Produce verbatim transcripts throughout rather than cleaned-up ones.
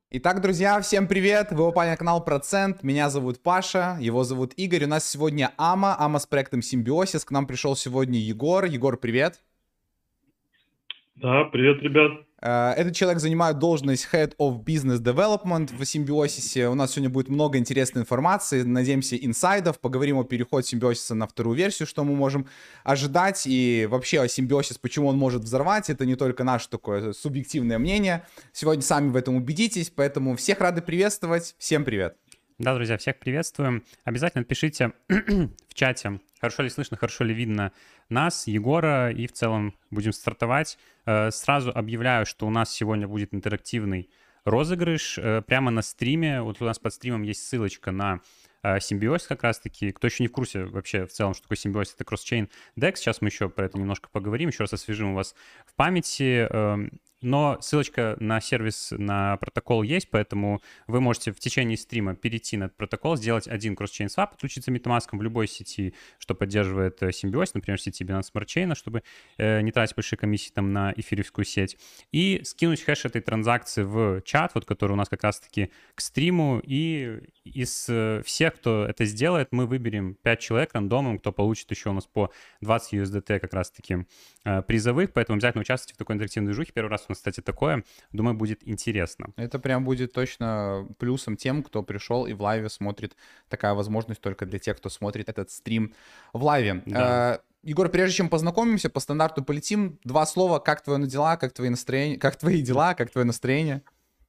Итак, друзья, всем привет! Вы попали на канал Процент. Меня зовут Паша, его зовут Игорь. У нас сегодня Ама, Ама с проектом Симбиосис. К нам пришел сегодня Егор. Егор, привет! Да, привет, ребят. Э, Этот человек занимает должность Head of Business Development в Симбиосисе. У нас сегодня будет много интересной информации, надеемся, инсайдов. Поговорим о переходе Симбиосиса на вторую версию, что мы можем ожидать. И вообще о Симбиосис, почему он может взорвать. Это не только наше такое субъективное мнение. Сегодня сами в этом убедитесь. Поэтому всех рады приветствовать. Всем привет! Да, друзья, всех приветствуем. Обязательно пишите в чате, хорошо ли слышно, хорошо ли видно нас, Егора, и в целом будем стартовать. Э, Сразу объявляю, что у нас сегодня будет интерактивный розыгрыш э, прямо на стриме. Вот у нас под стримом есть ссылочка на э, Симбиосис как раз-таки. Кто еще не в курсе вообще в целом, что такое Симбиосис, это кросс-чейн декс. Сейчас мы еще про это немножко поговорим, еще раз освежим у вас в памяти. Эм, Но ссылочка на сервис, на протокол есть, поэтому вы можете в течение стрима перейти на этот протокол, сделать один кросс-чейн свап, подключиться MetaMask в любой сети, что поддерживает э, Симбиосис, например, в сети Binance Smart Chain, чтобы э, не тратить большие комиссии там на эфиревскую сеть, и скинуть хэш этой транзакции в чат, вот который у нас как раз-таки к стриму, и из э, всех, кто это сделает, мы выберем пять человек рандомом, кто получит еще у нас по двадцать ю эс ди ти как раз-таки э, призовых, поэтому обязательно участвуйте в такой интерактивной движухе. Первый раз у нас, кстати, такое. Думаю, будет интересно. Это прям будет точно плюсом тем, кто пришел и в лайве смотрит. Такая возможность только для тех, кто смотрит этот стрим в лайве. Да. Э, Егор, прежде чем познакомимся, по стандарту полетим. Два слова, как твои дела, как твои настроения, как твои дела, как твое настроение?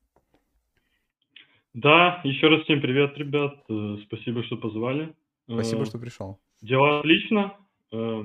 Да, еще раз всем привет, ребят. Э, Спасибо, что позвали. Спасибо, Э, что пришел. Дела отлично. Э,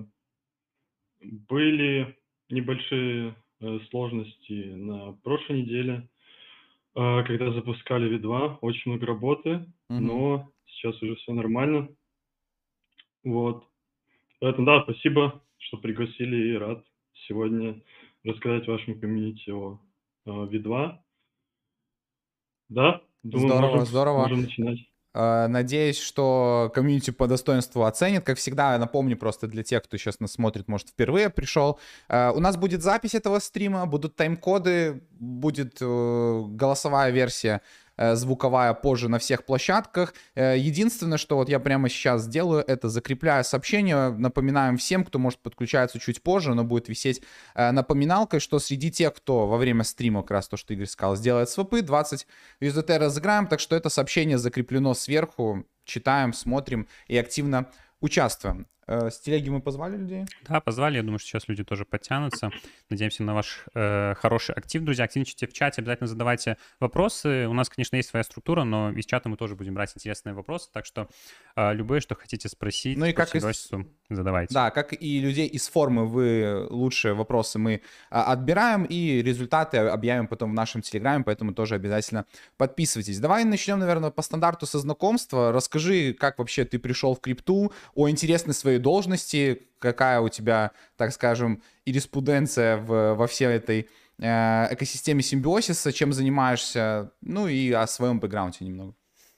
Были небольшие э, сложности на прошлой неделе, э, когда запускали ви два. Очень много работы, Мгм. но сейчас уже все нормально. Вот. Поэтому, да, спасибо, что пригласили, и рад сегодня рассказать вашему комьюнити о э, ви два. Да, думаю, Здорово, можем, здорово. можем начинать. Э, Надеюсь, что комьюнити по достоинству оценит. Как всегда, я напомню просто для тех, кто сейчас нас смотрит, может, впервые пришел. Э, У нас будет запись этого стрима, будут тайм-коды, будет э, голосовая версия, э, звуковая позже на всех площадках. Э, Единственное, что вот я прямо сейчас сделаю, это закрепляю сообщение. Напоминаем всем, кто может подключаться чуть позже, оно будет висеть э, напоминалкой, что среди тех, кто во время стрима, как раз то, что Игорь сказал, сделает свопы, двадцать ю эс ди ти разыграем, так что это сообщение закреплено сверху, читаем, смотрим и активно участвуем. Э, С телеги мы позвали людей? Да, позвали. Я думаю, что сейчас люди тоже подтянутся. Надеемся на ваш э, хороший актив, друзья. Активничайте в чате, обязательно задавайте вопросы. У нас, конечно, есть своя структура, но из чата мы тоже будем брать интересные вопросы. Так что э, любые, что хотите Ну и спросить по как из Симбиосису, задавайте. Да, как и людей из формы, вы лучшие вопросы мы а, отбираем и результаты объявим потом в нашем телеграме, поэтому тоже обязательно подписывайтесь. Давай начнем, наверное, по стандарту со знакомства. Расскажи, как вообще ты пришел в крипту, о интересной своей должности, какая у тебя, так скажем, юриспруденция в, во всей этой э, экосистеме симбиосиса, чем занимаешься, ну и о своем бэкграунде немного.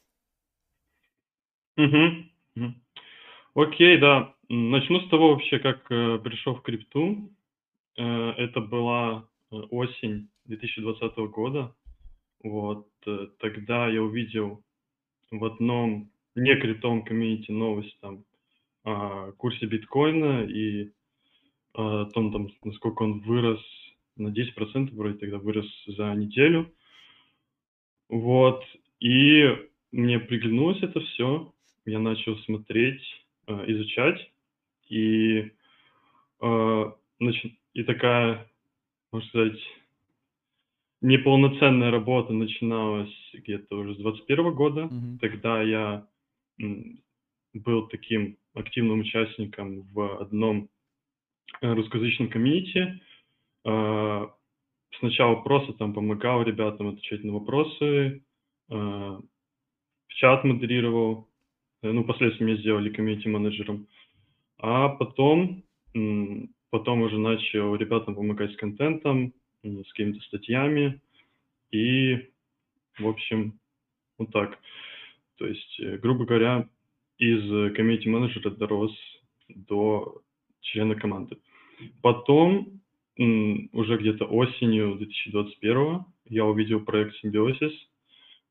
Мгм. Мгм. Окей, да. М, Начну с того вообще, как э, пришел в крипту. Э, это была э, осень две тысячи двадцатого года. Вот. э, Тогда я увидел в одном не криптовом комьюнити новость там о курсе биткоина и о том, там, насколько он вырос на десять процентов, вроде тогда вырос за неделю. Вот. И мне приглянулось это все. Я начал смотреть, э, изучать. И, э, начи и такая, можно сказать, неполноценная работа начиналась где-то уже с двадцать первого года. Мгм. Тогда я, м, был таким активным участником в одном, э, русскоязычном комьюнити. Э, Сначала просто там помогал ребятам отвечать на вопросы, э, в чат модерировал. Э, ну, впоследствии меня сделали комьюнити-менеджером. А потом, м, потом уже начал ребятам помогать с контентом, м, с какими-то статьями. И, в общем, вот так. То есть, э, грубо говоря, из комьюнити-менеджера дорос до члена команды. Потом, м, уже где-то осенью две тысячи двадцать первого я увидел проект Symbiosis.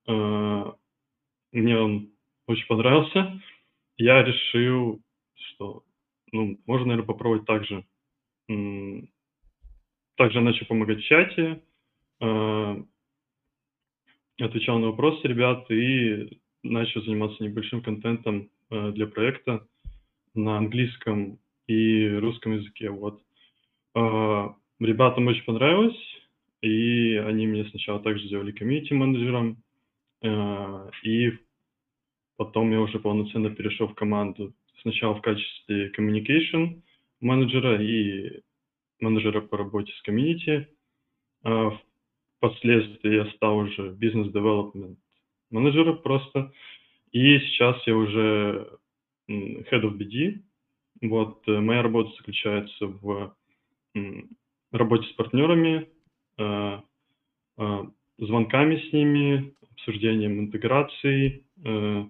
Э, Мне он очень понравился. Я решил, что, ну, можно, наверное, попробовать так же. М, Также начал помогать в чате, э, отвечал на вопросы ребят и начал заниматься небольшим контентом э, для проекта на английском и русском языке. Вот. А, Ребятам очень понравилось, и они меня сначала также сделали комьюнити-менеджером, э, и потом я уже полноценно перешел в команду. Сначала в качестве communication менеджера и менеджера по работе с комьюнити. А Впоследствии я стал уже бизнес-девелопмент менеджером просто. И сейчас я уже м, head of би ди. Вот, э, моя работа заключается в м, работе с партнерами, э, э, звонками с ними, обсуждением интеграций. э,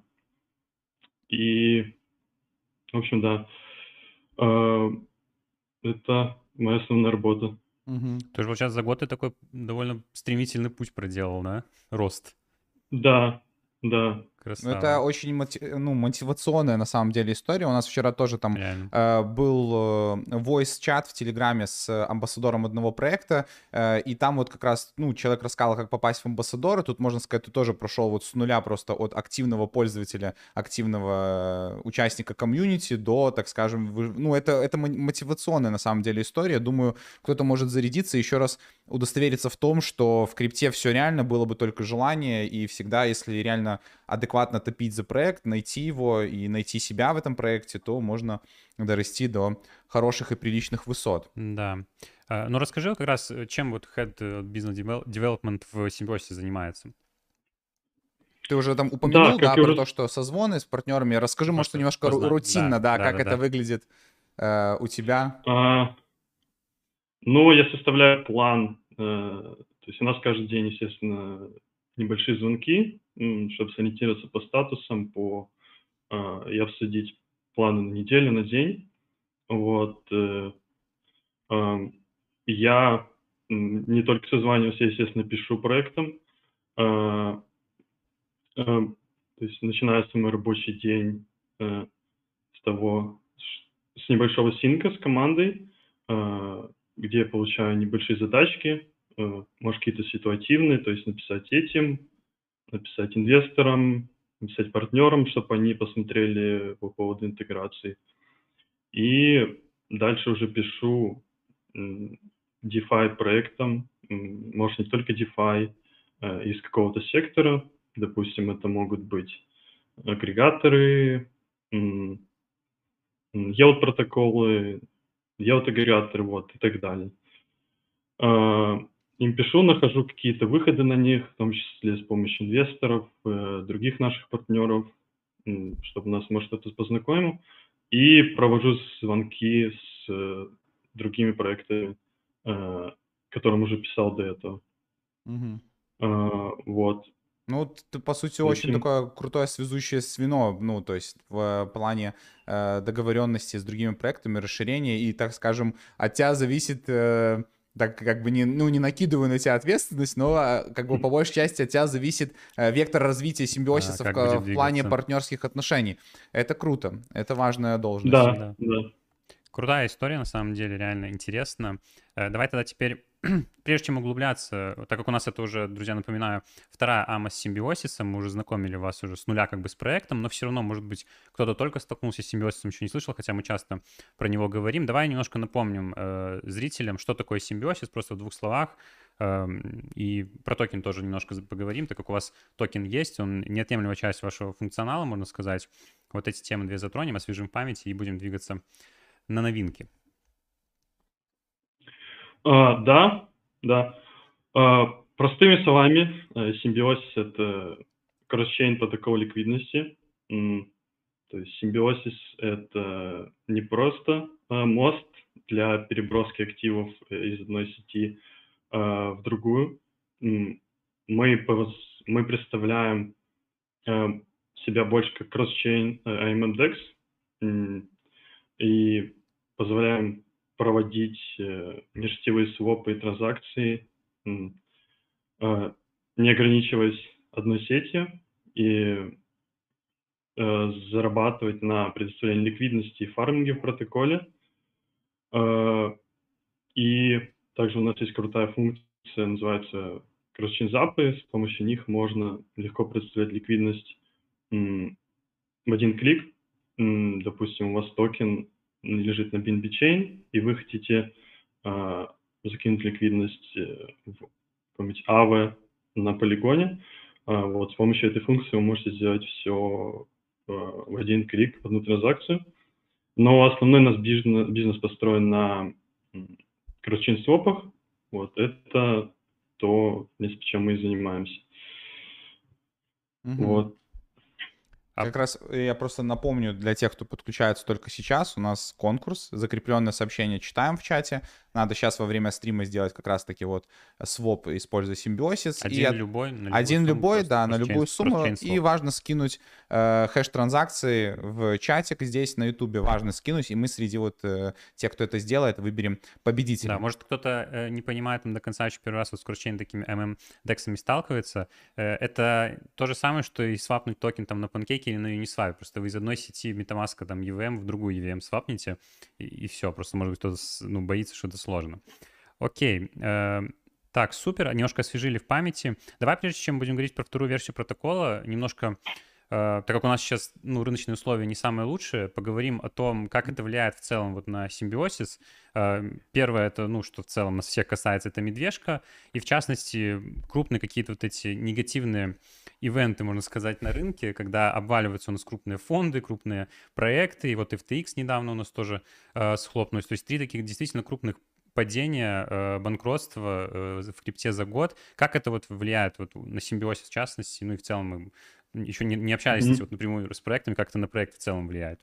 И, в общем, да, э, это моя основная работа. Мгм. То есть, получается, за год ты такой довольно стремительный путь проделал, да? Рост. Да, да. Ну, это Красава. очень моти- ну, мотивационная на самом деле история. У нас вчера тоже там Реально. э, был э, voice-чат в Телеграме с э, амбассадором одного проекта, э, и там вот как раз, ну, человек рассказал, как попасть в амбассадоры. Тут, можно сказать, ты тоже прошел вот с нуля просто от активного пользователя, активного э, участника комьюнити до, так скажем, вы- ну, это, это мо- мотивационная на самом деле история. Думаю, кто-то может зарядиться, еще раз удостовериться в том, что в крипте все реально, было бы только желание, и всегда, если реально адекватно топить за проект, найти его и найти себя в этом проекте, то можно дорасти до хороших и приличных высот. Да. А, Ну, расскажи вот как раз, э, чем вот Head э, Business Devel- Development в Симбиосе занимается. Ты уже там Да, упомянул, как да, и про уже... то, что созвоны с партнерами. Расскажи, может, Просто немножко ру- позна... Да, рутинно, да, да, как да, это да. выглядит э, у тебя. А, Ну, я составляю план. э, То есть у нас каждый день, естественно, небольшие звонки, м, чтобы сориентироваться по статусам, по а, и обсудить планы на неделю, на день. Вот. э, ам, Я м, не только созваниваюсь, я, естественно, пишу проектом. А, ам, То есть начинается мой рабочий день э, с того, ш- с небольшого синка с командой, а, где я получаю небольшие задачки, э, может, какие-то ситуативные, то есть написать этим, написать инвесторам, написать партнерам, чтобы они посмотрели по поводу интеграции. И дальше уже пишу м, DeFi проектам, м, может, не только DeFi, э, из какого-то сектора, допустим, это могут быть агрегаторы, м, м, yield протоколы, yield агрегаторы, вот, и так далее. А, Им пишу, нахожу какие-то выходы на них, в том числе с помощью инвесторов, э, других наших партнеров, м, чтобы нас, может, кто-то познакомил, и провожу звонки с э, другими проектами, э, которым уже писал до этого. Мгм. А, Вот. Ну, вот ты, по сути, очень Этим. такое крутое связующее звено, ну, то есть в плане э, договоренности с другими проектами, расширения, и, так скажем, от тебя зависит, э, так как бы не, ну, не накидываю на тебя ответственность, но а, как бы по большей части от тебя зависит э, вектор развития А, симбиосиса в, Как ка- будет в плане двигаться. партнерских отношений. Это круто, это важная должность. Да, Да. да. Крутая история, на самом деле, реально интересно. Э, Давай тогда теперь, прежде чем углубляться, так как у нас это уже, друзья, напоминаю, вторая АМА с симбиосисом, мы уже знакомили вас уже с нуля как бы с проектом, но все равно, может быть, кто-то только столкнулся с симбиосисом, еще не слышал, хотя мы часто про него говорим. Давай немножко напомним э, зрителям, что такое симбиосис, просто в двух словах. Эм, И про токен тоже немножко поговорим, так как у вас токен есть, он неотъемлемая часть вашего функционала, можно сказать. Вот эти темы две затронем, освежим память и будем двигаться на новинки. А, да, да. А, Простыми словами, э, симбиозис — это кросс-чейн протокол ликвидности. М, То есть симбиозис — это не просто а, мост для переброски активов э, из одной сети а, в другую. М, Мы, пос- мы представляем э, себя больше как кросс-чейн э, эй эм эм декс, м, и позволяем проводить э, межсетевые свопы и транзакции, м, э, не ограничиваясь одной сети и э, зарабатывать на предоставлении ликвидности и фарминге в протоколе. Э, и также у нас есть крутая функция, называется кросс-чейн запы. С помощью них можно легко предоставлять ликвидность м, в один клик. М, допустим, у вас токен лежит на би эн би Chain, и вы хотите э, закинуть ликвидность э, в какой-нибудь эй ви на полигоне. Э, вот с помощью этой функции вы можете сделать все э, в один клик, в одну транзакцию. Но основной у нас бизнес, бизнес построен на м, кросс-чейн свопах. Вот это то, чем мы и занимаемся. Мгм. Вот. А- Как раз э, я просто напомню для тех, кто подключается только сейчас, у нас конкурс, закрепленное сообщение читаем в чате. Надо сейчас во время стрима сделать как раз-таки вот своп, используя симбиосис. Один и от- любой, на любую Один сумму, любой, просто да, на кросс-чейн- любую сумму. кросс-чейн И своп. важно скинуть э, хэш транзакции в чатик здесь на ютубе. Важно скинуть, и мы среди вот э, тех, кто это сделает, выберем победителя. Да, может, кто-то э, не понимает там до конца, еще первый раз вот с кросс-чейн такими эм эм-дексами сталкивается. Э, это то же самое, что и свапнуть токен там на панкейке или на Uniswap. Просто вы из одной сети MetaMask там ю ви эм в другую ю ви эм свапнете, и, и все. Просто, может быть, кто-то с- ну, боится, что это сложно. Окей. э, так, супер. Немножко освежили в памяти. Давай, прежде чем будем говорить про вторую версию протокола, немножко, э, так как у нас сейчас ну, рыночные условия не самые лучшие, поговорим о том, как это влияет в целом вот на симбиосис. Э, Первое, это, ну, что в целом нас всех касается, это медвежка. И, в частности, крупные какие-то вот эти негативные ивенты, можно сказать, на рынке, когда обваливаются у нас крупные фонды, крупные проекты. И вот эф ти экс недавно у нас тоже э, схлопнулось. То есть три таких действительно крупных падения, э, банкротства э, в крипте за год. Как это вот влияет вот на симбиосис в частности? Ну и в целом мы еще не, не общались, кстати, Мгм. вот напрямую с проектами, как это на проект в целом влияет.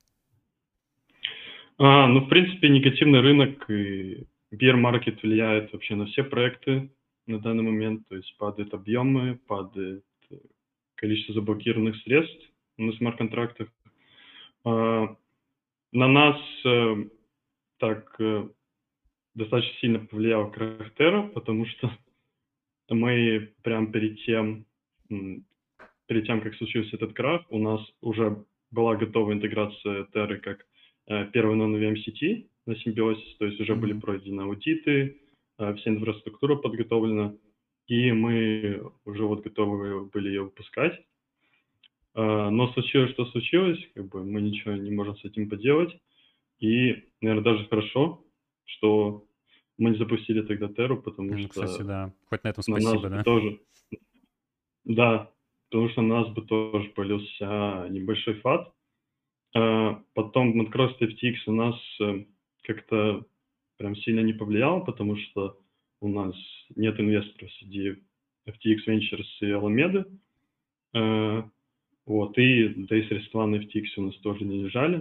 А, ну, в принципе, негативный рынок и bear-маркет влияет вообще на все проекты на данный момент. То есть падают объемы, падает э, количество заблокированных средств на смарт-контрактах. А, на нас э, так э, достаточно сильно повлиял крах Terra, потому что мы прям перед тем, м, перед тем, как случился этот крах, у нас уже была готова интеграция Terra как э, первой non-ви эм сети на симбиозис, то есть уже были Мгм. пройдены аудиты, э, вся инфраструктура подготовлена, и мы уже вот готовы были ее выпускать. Э, Но случилось, что случилось, как бы мы ничего не можем с этим поделать, и, наверное, даже хорошо, что мы не запустили тогда Terra, потому Ну, кстати, что да. Хоть на этом на нас спасибо, бы да? тоже, да, потому что на нас бы тоже полился небольшой фат. А, Потом банкротство эф ти экс у нас э, как-то прям сильно не повлияло, потому что у нас нет инвесторов среди эф ти экс Ventures и Alameda. Э, Вот, и да и средства на эф ти экс у нас тоже не лежали.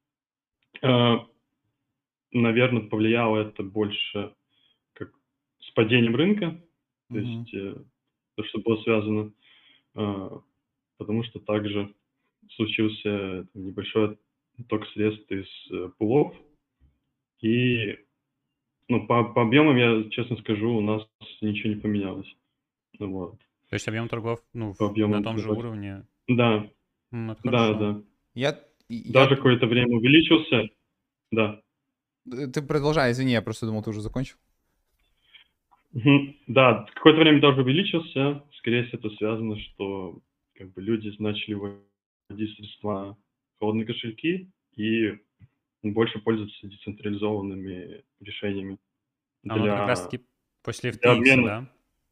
Наверное, повлияло это больше как с падением рынка, то Мгм. есть э, то, что было связано, а, потому что также случился там небольшой отток средств из э, пулов, и ну, по, по объемам, я честно скажу, у нас ничего не поменялось. Ну, вот, То есть объем торгов, ну, по в- на объемам том же сделок. уровне. Да, М, это да, хорошо. да. Я, я, Даже какое-то время увеличился, да. э, ты продолжай, извини, я просто думал, ты уже закончил. Мгм. Да, какое-то время даже увеличился. Скорее всего, это связано, что как бы люди начали выводить средства в холодные кошельки и больше пользоваться децентрализованными решениями А ну это как для, раз-таки после для эф ти экс, обмена. да?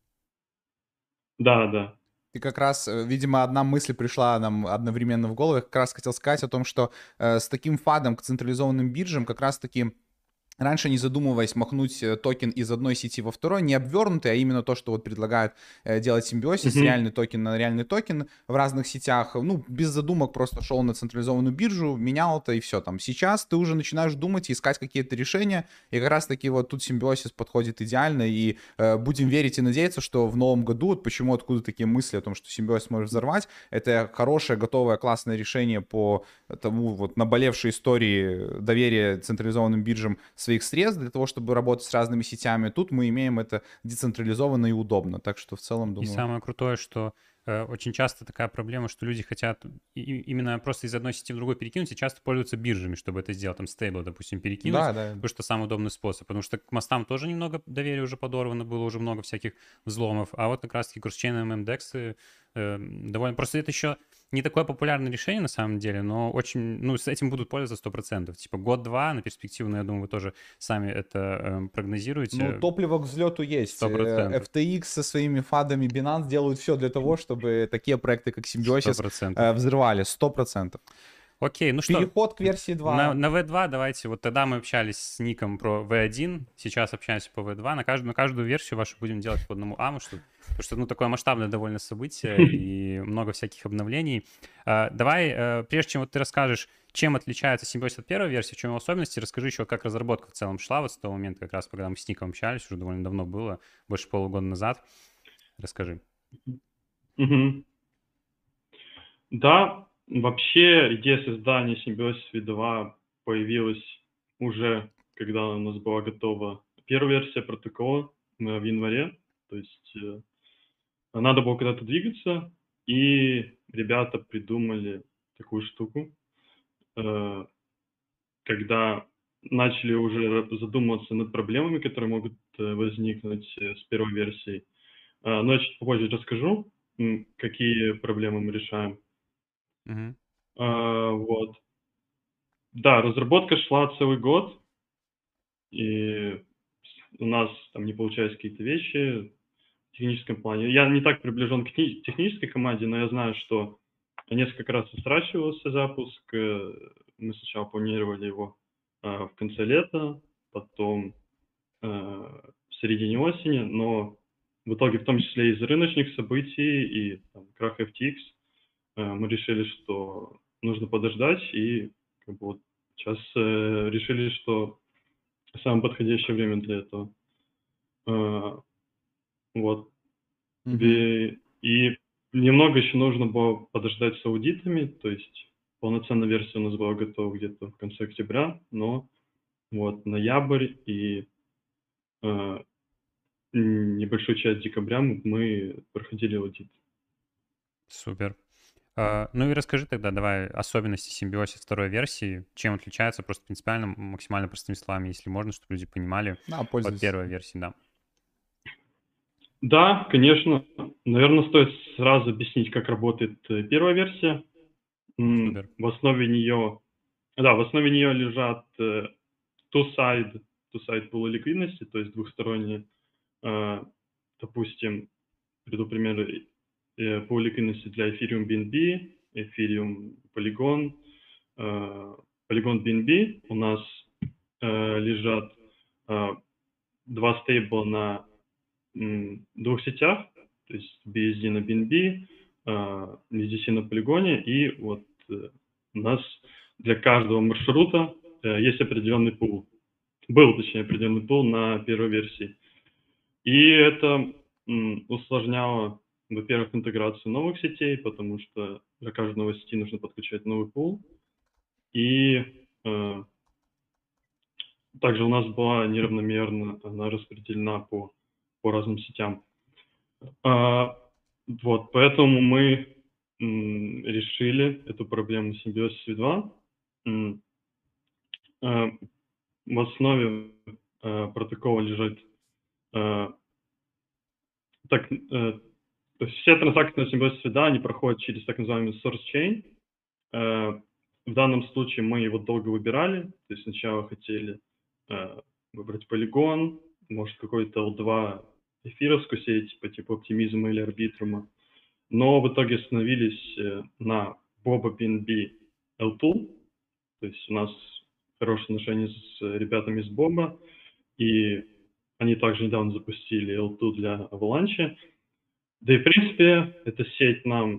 Да, да. И как раз, э, видимо, одна мысль пришла нам одновременно в голову. Я как раз хотел сказать о том, что э, с таким фадом к централизованным биржам как раз-таки раньше, не задумываясь, махнуть э, токен из одной сети во второй, не обвернутый, а именно то, что вот предлагают э, делать симбиозис, Мгм. реальный токен на реальный токен в разных сетях, ну, без задумок просто шел на централизованную биржу, менял это и все там. Сейчас ты уже начинаешь думать и искать какие-то решения, и как раз-таки вот тут симбиозис подходит идеально, и э, будем верить и надеяться, что в новом году, вот почему, откуда такие мысли о том, что симбиозис может взорвать, это хорошее, готовое, классное решение по тому вот наболевшей истории доверия централизованным биржам своих средств для того, чтобы работать с разными сетями. Тут мы имеем это децентрализованно и удобно. Так что в целом, И думаю... самое крутое, что э, очень часто такая проблема, что люди хотят и- и именно просто из одной сети в другую перекинуть, и часто пользуются биржами, чтобы это сделать, там стейбл, допустим, перекинуть, Да, да. потому что самый удобный способ. Потому что к мостам тоже немного доверия уже подорвано было, уже много всяких взломов, а вот как раз-таки кросс-чейн эм эм дексы э, довольно... Просто это еще не такое популярное решение на самом деле, но очень, ну, с этим будут пользоваться сто процентов. Типа год-два на перспективу, ну, я думаю, вы тоже сами это э, прогнозируете. Ну, топливо к взлету есть. Сто процентов. эф ти экс со своими фадами, Binance делают все для того, чтобы такие проекты, как Сто Symbiosis, процентов. э, взрывали. Сто процентов. Окей, ну что, Переход к версии два. на, на ви два давайте, вот тогда мы общались с ником про ви один, сейчас общаемся по ви два, на каждую, на каждую версию вашу будем делать по одному аму, что, потому что, ну, такое масштабное довольно событие и много всяких обновлений. А, давай, э, прежде чем вот ты расскажешь, чем отличается Symbiosis от первой версии, в чем его особенности, расскажи еще, как разработка в целом шла вот с того момента, как раз, когда мы с ником общались, уже довольно давно было, больше полугода назад. Расскажи. Мгм. Да, вообще идея создания Symbiosis ви два появилась уже, когда у нас была готова первая версия протокола э, в январе. То есть э, надо было куда-то двигаться, и ребята придумали такую штуку, э, когда начали уже задумываться над проблемами, которые могут э, возникнуть э, с первой версией. Э, Но я чуть попозже расскажу, м, какие проблемы мы решаем. Мгм. А, Вот. Да, разработка шла целый год, и у нас там не получались какие-то вещи в техническом плане. Я не так приближен к техни- технической команде, но я знаю, что несколько раз сращивался запуск. э, Мы сначала планировали его а, в конце лета, потом э, в середине осени, но в итоге, в том числе из-за рыночных событий и там, краха эф ти экс, э, мы решили, что нужно подождать, и как бы, вот сейчас э, решили, что самое подходящее время для этого. Э, вот. Мгм. Ве- И немного еще нужно было подождать с аудитами, то есть полноценная версия у нас была готова где-то в конце октября, но вот ноябрь и э, м, небольшую часть декабря мы, мы проходили аудит. Супер. А, ну и расскажи тогда, давай, особенности симбиозиса второй версии, чем отличается, просто принципиально, м, максимально простыми словами, если можно, чтобы люди понимали, Да, от пользуюсь. первой версии, да. Да, конечно. Наверное, стоит сразу объяснить, как работает э, первая версия. М, Супер. В основе нее, да, в основе нее лежат э, two-side, two-side пулы ликвидности, то есть двухсторонние, э, допустим, приведу пример, э, пул ликвидности для Ethereum би эн би, Ethereum Polygon, э, Polygon би эн би. У нас э, лежат э, два стейбла на м, двух сетях, то есть би эс ди на би эн би, а, эс ди си на полигоне, и вот э, у нас для каждого маршрута э, есть определенный пул. Был, точнее, определенный пул на первой версии. И это м, усложняло, во-первых, интеграцию новых сетей, потому что для каждой новой сети нужно подключать новый пул. И э, также у нас была неравномерно она распределена по, по разным сетям. А, вот, поэтому мы м, решили эту проблему Symbiosis ви два. М, а, В основе а, протокола лежит а, так, э, то есть все транзакции на Symbiosis ви два, они проходят через так называемый source chain. Э, В данном случае мы его долго выбирали, то есть сначала хотели э, выбрать полигон, может какой-то эл два эфировскую сеть по типу оптимизма или арбитрума. Но в итоге остановились э, на Boba би эн би эл два, то есть у нас хорошие отношения с ребятами из Боба, и они также недавно запустили эл два для Avalanche. Да и, в принципе, эта сеть нам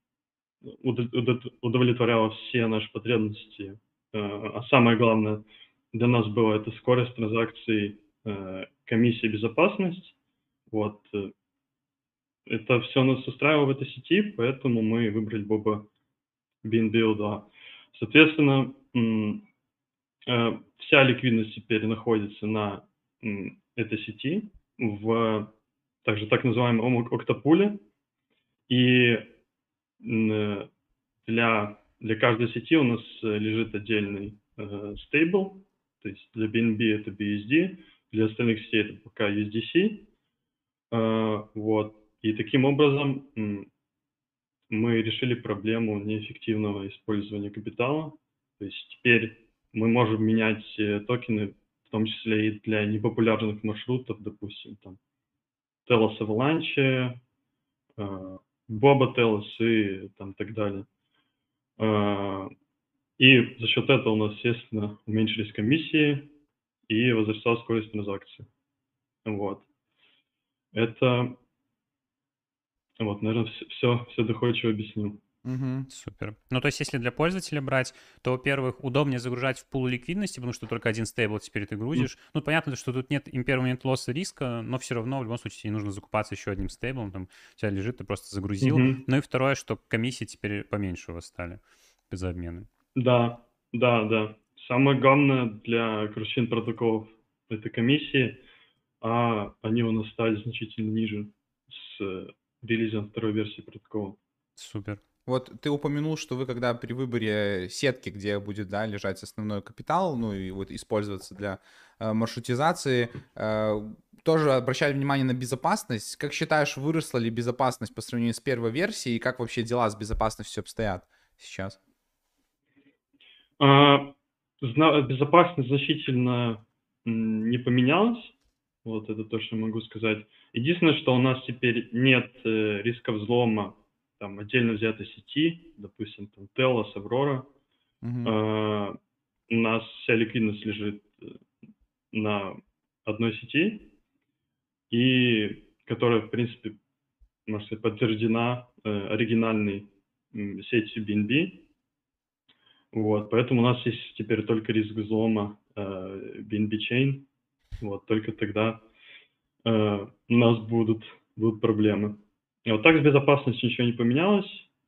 удовлетворяла все наши потребности. Э, А самое главное для нас было это скорость транзакций, э, комиссия, безопасность. Вот. э, Это все нас устраивало в этой сети, поэтому мы выбрали Боба би эн би эл два. Соответственно, м, э, вся ликвидность теперь находится на м, этой сети, в также так называемом ок- октопуле. И м, э, для, для каждой сети у нас э, лежит отдельный э, стейбл, то есть для би эн би это би эс ди, для остальных сетей это пока ю эс ди си. Э, вот. И таким образом м, мы решили проблему неэффективного использования капитала. То есть теперь мы можем менять э, токены, в том числе и для непопулярных маршрутов, допустим, там Telos Avalanche, э, Boba Telos и там так далее. Э, И за счет этого у нас, естественно, уменьшились комиссии и возросла скорость транзакции. Вот. Это, вот, наверное, все, все доходчиво объяснил. Мгм. Супер. Ну, то есть, если для пользователя брать, то, во-первых, удобнее загружать в пул ликвидности, потому что только один стейбл теперь ты М, грузишь. Ну, понятно, что тут нет impermanent loss риска, но все равно в любом случае тебе не нужно закупаться еще одним стейблом, там у тебя лежит, ты просто загрузил. мгм. Ну и второе, что комиссии теперь поменьше у вас стали без обмена. Да, да, да. Самое главное для кросс-чейн протоколов — это комиссии, а они у нас стали значительно ниже с э, релизом второй версии протокола. Супер. Вот ты упомянул, что вы когда при выборе сетки, где будет, да, лежать основной капитал, ну и вот использоваться для э, маршрутизации, э, тоже обращали внимание на безопасность. Как считаешь, выросла ли безопасность по сравнению с первой версией, и как вообще дела с безопасностью обстоят сейчас? А, зна- безопасность значительно м, не поменялась. Вот это то, что могу сказать. Единственное, что у нас теперь нет э, риска взлома там отдельно взятой сети, допустим, там Telos, Aurora. Мгм. А, у нас вся ликвидность лежит э, на одной сети, и которая, в принципе, можно сказать, подтверждена э, оригинальной м, сетью би эн би. Вот, поэтому у нас есть теперь только риск взлома э, би эн би Chain. Вот, только тогда э, у нас будут, будут проблемы. А вот так с безопасностью ничего не поменялось.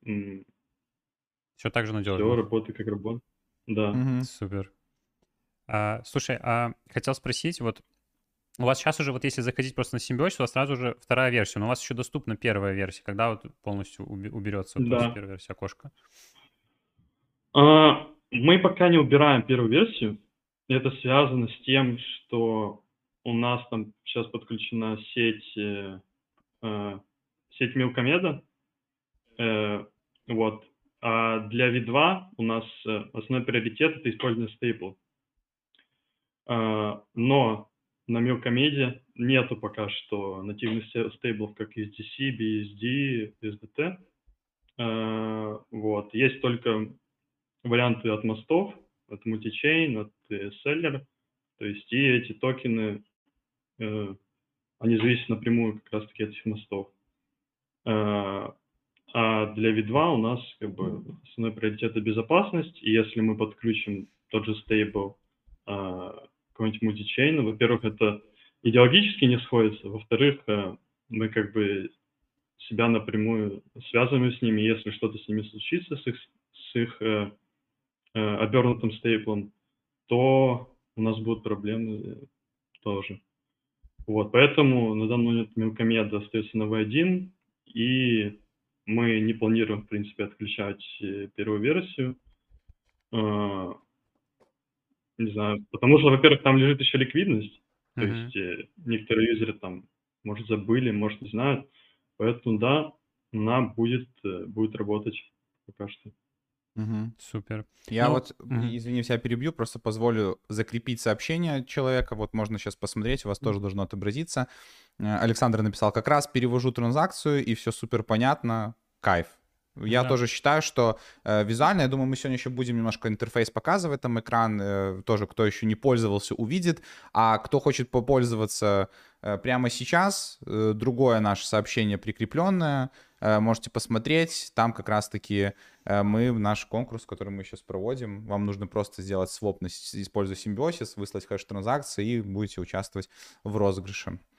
Все так же Все надежно. работает как работает. Да. Мгм. Супер. А, слушай, а хотел спросить, вот у вас сейчас уже, вот если заходить просто на Симбиосе, у вас сразу же вторая версия, но у вас еще доступна первая версия. Когда вот полностью уби- уберется вот у вас Да. первая версия окошко? А, мы пока не убираем первую версию. Это связано с тем, что у нас там сейчас подключена сеть, э, э, сеть Милкомеда. Э, вот. А для ви два у нас э, основной приоритет — это использование стейбла. А, но на Милкомеде нету пока что нативных ste- стейблов, как ю эс ди си, би эс ди, ю эс ди ти. А, вот. Есть только варианты от мостов, от мультичейн, от э, селлера. То есть и эти токены, э, они зависят напрямую как раз-таки от этих мостов. Э, А для ви два у нас как бы основной приоритет — это безопасность. И если мы подключим тот же стейбл э, какой-нибудь мультичейн, во-первых, это идеологически не сходится, во-вторых, э, мы как бы себя напрямую связываем с ними. Если что-то с ними случится, с их, с их э, э, обернутым стейблом, то у нас будут проблемы э, тоже. Вот, поэтому на данный момент Мелкомед остается на ви один, и мы не планируем, в принципе, отключать э, первую версию. Э, Не знаю, потому что, во-первых, там лежит еще ликвидность, то Мгм. есть э, некоторые юзеры там, может, забыли, может, не знают. Поэтому, да, она будет, э, будет работать пока что. Мгм. Супер. Я Ну, вот, мгм. извини, тебя перебью, просто позволю закрепить сообщение человека. Вот можно сейчас посмотреть, у вас тоже должно отобразиться. Э, Александр написал: как раз перевожу транзакцию, и все супер понятно. Кайф. Я Да. тоже считаю, что э, визуально, я думаю, мы сегодня еще будем немножко интерфейс показывать, там экран, э, тоже кто еще не пользовался, увидит. А кто хочет попользоваться э, прямо сейчас, э, другое наше сообщение прикрепленное, э, можете посмотреть. Там как раз-таки э, мы, наш конкурс, который мы сейчас проводим, вам нужно просто сделать своп, используя симбиосис, выслать хэш транзакции, и будете участвовать в розыгрыше.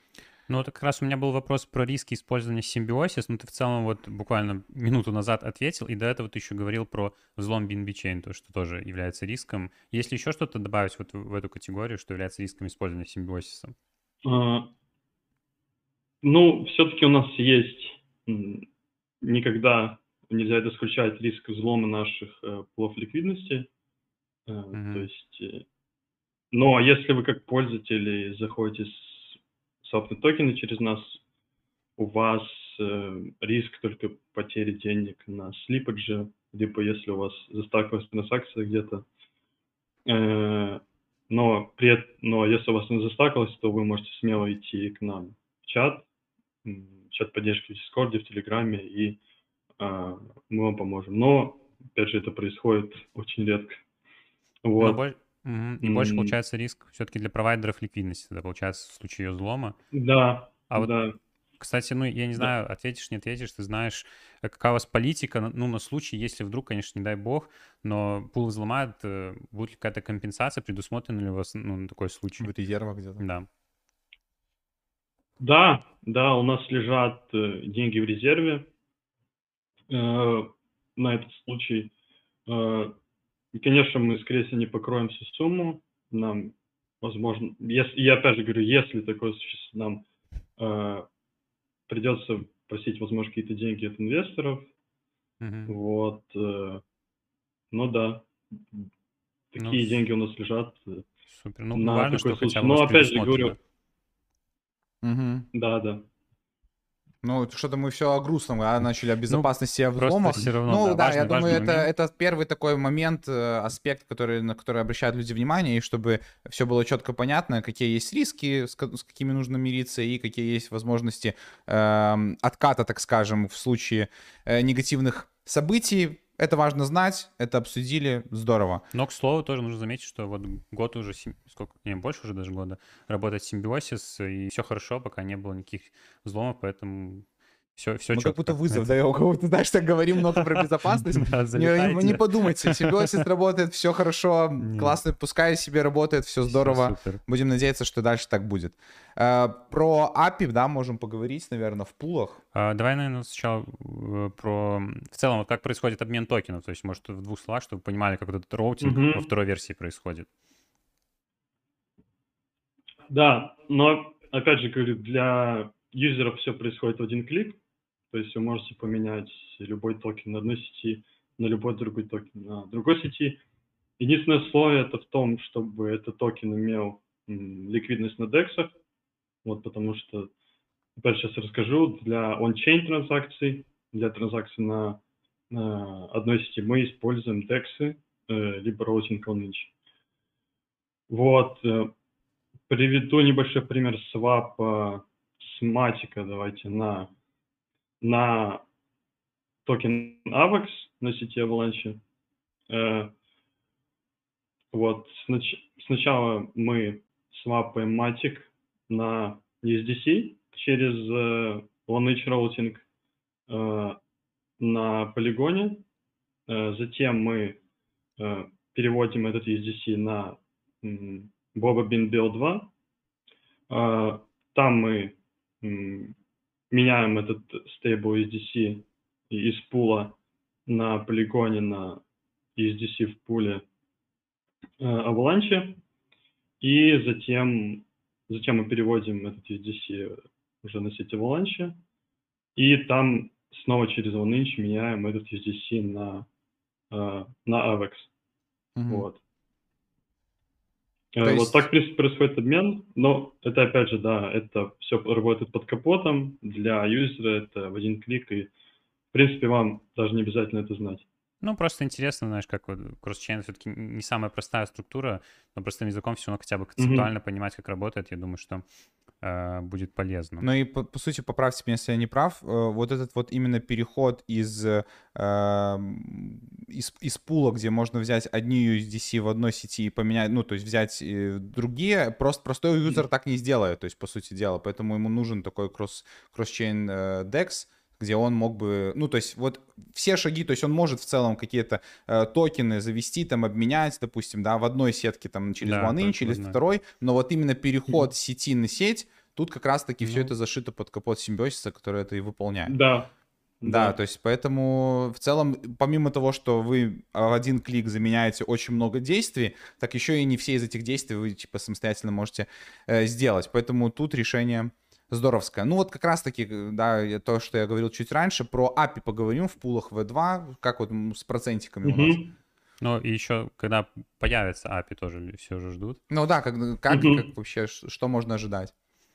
Ну, вот как раз у меня был вопрос про риски использования Symbiosis. Ну, ты в целом вот буквально минуту назад ответил, и до этого ты еще говорил про взлом би эн би Chain, то, что тоже является риском. Есть ли еще что-то добавить вот в эту категорию, что является риском использования Symbiosis? А, ну, все-таки у нас есть, никогда нельзя исключать риск взлома наших э, пулов ликвидности. Э, mm-hmm. То есть, э, но если вы как пользователи заходите с свапнуть токены через нас, у вас э, риск только потери денег на слипадже, либо если у вас застакалась транзакция где-то. Э, но, при, но если у вас не застакалось, то вы можете смело идти к нам в чат, в чат поддержки в Дискорде, в Телеграме, и э, мы вам поможем. Но, опять же, это происходит очень редко. Вот. Но боль... угу. И больше, получается, риск все-таки для провайдеров ликвидности, да, получается, в случае ее взлома. Да, а вот, да. Кстати, ну, я не знаю, да. ответишь, не ответишь, ты знаешь, какая у вас политика, ну, на случай, если вдруг, конечно, не дай бог, но пул взломают, будет ли какая-то компенсация, предусмотрена ли у вас, ну, на такой случай? В резервах где-то. Да. Да, да, у нас лежат э, деньги в резерве э, на этот случай. Э, и, конечно, мы, скорее всего, не покроем всю сумму. Нам, возможно, если, я опять же говорю, если такое случится, нам э, придется просить, возможно, какие-то деньги от инвесторов. Угу. Вот. Э, ну да, такие ну, деньги у нас лежат. Супер. Ну, на важно, такой что случай. хотя бы Но опять же говорю. Угу. Да, да. Ну, что-то мы все о грустном, а начали о безопасности, ну, о взломах. Все равно, ну, да, да, важный, я думаю, это, момент. это первый такой момент, аспект, который, на который обращают люди внимание, и чтобы все было четко понятно, какие есть риски, с, с какими нужно мириться, и какие есть возможности э, отката, так скажем, в случае э, негативных событий. Это важно знать, это обсудили, здорово. Но, к слову, тоже нужно заметить, что вот год уже, сколько, не, больше уже даже года, работает Symbiosis, и все хорошо, пока не было никаких взломов, поэтому все, все Мы четко. как будто вызов даем, как будто, знаешь, так говорим много про безопасность. не, не подумайте, Symbiosis работает, все хорошо, классно, пускай себе работает, все здорово. Будем надеяться, что дальше так будет. Про эй пи ай, да, можем поговорить, наверное, в пулах. Давай, наверное, сначала про в целом, как происходит обмен токенов, то есть, может, в двух словах, чтобы вы понимали, как вот этот роутинг mm-hmm. во второй версии происходит. Да, но, опять же говорю, для юзеров все происходит в один клик. То есть вы можете поменять любой токен на одной сети, на любой другой токен на другой сети. Единственное условие это в том, чтобы этот токен имел м, ликвидность на дексах. Вот потому что, опять сейчас расскажу, для on-chain транзакций, для транзакций на, на одной сети мы используем дексы, э, либо routing on-inch. Вот. Э, приведу небольшой пример свапа с матика, давайте, на на токен эй ви икс на сети Avalanche. Э, вот, снач- сначала мы свапаем матик на ю эс ди си через э, on-inch routing э, на полигоне. Э, затем мы э, переводим этот ю эс ди си на э, Boba Bean два. Э, там мы э, меняем этот стейбл ю эс ди си из пула на полигоне на ю эс ди си в пуле э, Avalanche. И затем, затем мы переводим этот ю эс ди си уже на сеть Avalanche. И там снова через on-inch меняем этот ю эс ди си на, э, на эй ви икс. Mm-hmm. Вот. То есть... Вот так происходит обмен, но это опять же, да, это все работает под капотом, для юзера это в один клик, и в принципе вам даже не обязательно это знать. Ну, просто интересно, знаешь, как вот кросс-чейн все-таки не самая простая структура, но простым языком все равно хотя бы концептуально mm-hmm. понимать, как работает, я думаю, что э, будет полезно. Ну и по, по сути, поправьте меня, если я не прав, э, вот этот вот именно переход из, э, из, из пула, где можно взять одни ю эс ди си в одной сети и поменять, ну, то есть взять э, другие, просто простой юзер mm-hmm. так не сделает, то есть, по сути дела, поэтому ему нужен такой кросс, кросс-чейн э, декс, где он мог бы, ну, то есть вот все шаги, то есть он может в целом какие-то э, токены завести, там, обменять, допустим, да, в одной сетке, там, через да, OneInch или в второй, но вот именно переход с сети на сеть, Тут как раз-таки все Ну, это зашито под капот симбиозиса, который это и выполняет. Да, Да, то да. есть поэтому в целом, помимо того, что вы в один клик заменяете очень много действий, так еще и не все из этих действий вы типа самостоятельно можете э, сделать. Поэтому тут решение здоровское. Ну вот как раз-таки, э, да, я- то, что я говорил чуть раньше, про эй пи ай поговорим в пулах ви два, как вот м, с процентиками у нас. Мгм. ну и еще, когда появится эй пи ай, тоже все уже ждут. Ну да, как, как и как Мгм. вообще, ш- что можно ожидать?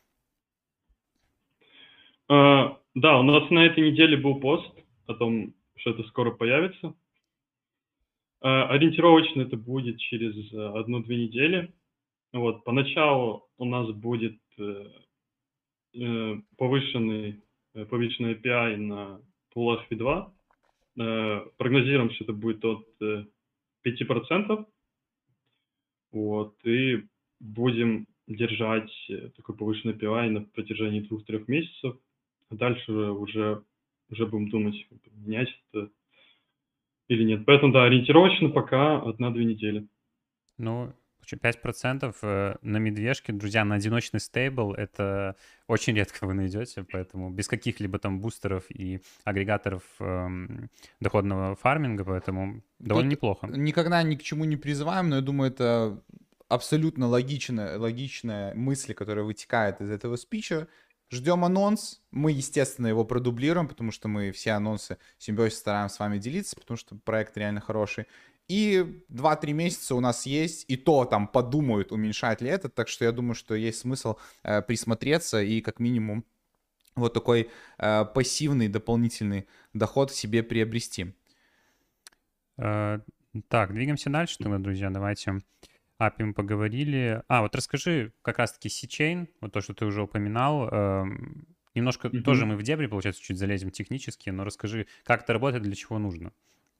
А, Да, у нас на этой неделе был пост о том, что это скоро появится. А, Ориентировочно это будет через э, одну-две недели. Вот, поначалу у нас будет э, э, повышенный, э, повышенный эй пи ай на пулах ви два. Э, Прогнозируем, что это будет от э, пяти процентов. Вот, и будем держать э, такой повышенный эй пи ай на протяжении двух-трех месяцев. А дальше уже, уже будем думать, менять это или нет. Поэтому, да, ориентировочно пока одна-две недели. Ну, вообще пять процентов э, на медвежке, друзья, на одиночный стейбл — это очень редко вы найдете, поэтому без каких-либо там бустеров и агрегаторов эм, доходного фарминга, поэтому довольно Тут неплохо. никогда ни к чему не призываем, но я думаю, это абсолютно логичная, логичная мысль, которая вытекает из этого спича. Ждем анонс. Мы, естественно, его продублируем, потому что мы все анонсы Симбиозис стараемся с вами делиться, потому что проект реально хороший. И два-три месяца у нас есть, и то там подумают, уменьшать ли это. Так что я думаю, что есть смысл э, присмотреться и как минимум вот такой э, пассивный дополнительный доход себе приобрести. Э, Так, двигаемся дальше тогда, друзья, давайте. эй пи ай мы поговорили. А, вот расскажи как раз-таки C-Chain, вот то, что ты уже упоминал. эм, Немножко тоже Мгм. мы в дебри, получается, чуть залезем технически, но расскажи, как это работает, для чего нужно.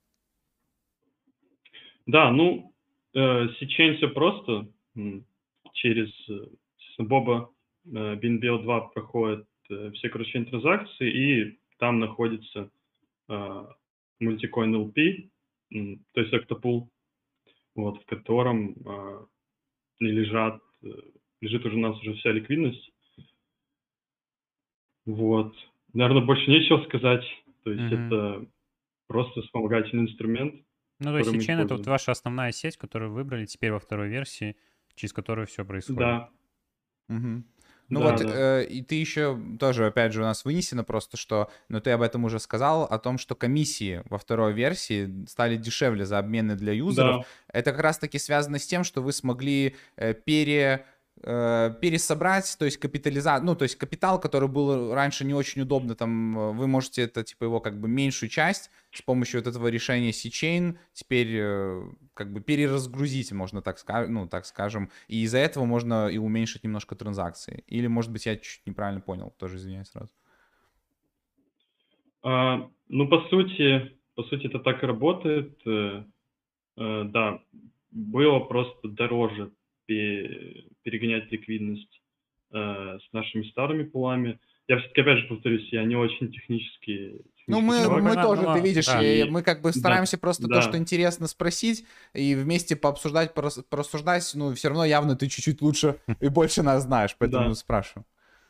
Да, ну, э, сейчас все просто. М, Через э, собственно, Боба э, BinBL два проходит э, все кросс-чейн транзакции, и там находится э, мультикоин эл пи, м, то есть октопул, вот, в котором э, и лежат, э, лежит уже у нас уже вся ликвидность. Вот. Наверное, больше нечего сказать. То есть Мгм. это просто вспомогательный инструмент, Ну, то есть которым мы C-Chain — это вот используем. ваша основная сеть, которую вы выбрали теперь во второй версии, через которую все происходит. Да, Мгм. Ну да, вот, да. э, и ты еще тоже, опять же, у нас вынесено просто, что, но ты об этом уже сказал, о том, что комиссии во второй версии стали дешевле за обмены для юзеров. Да, Это как раз-таки связано с тем, что вы смогли э, пере, э, пересобрать, то есть капитализацию, ну, то есть капитал, который был раньше не очень удобно, там, э, вы можете это, типа, его как бы меньшую часть с помощью вот этого решения C-Chain теперь э, как бы переразгрузить, можно так сказать, ну, так скажем, и из-за этого можно и уменьшить немножко транзакции. Или, может быть, я чуть неправильно понял, тоже извиняюсь сразу. А, ну, по сути, по сути, это так и работает. Э, э, да, было просто дороже пе- перегонять ликвидность э, с нашими старыми пулами. Я все-таки, опять же, повторюсь, я не очень технический, Ну, технический мы, Ну, мы чувак. мы понимаем, тоже, ты но видишь, да. и И мы как бы да, стараемся просто то, что да, интересно, спросить, и вместе пообсуждать, порас- порассуждать, ну, все равно явно ты чуть-чуть лучше и больше нас знаешь, поэтому да. спрашиваю.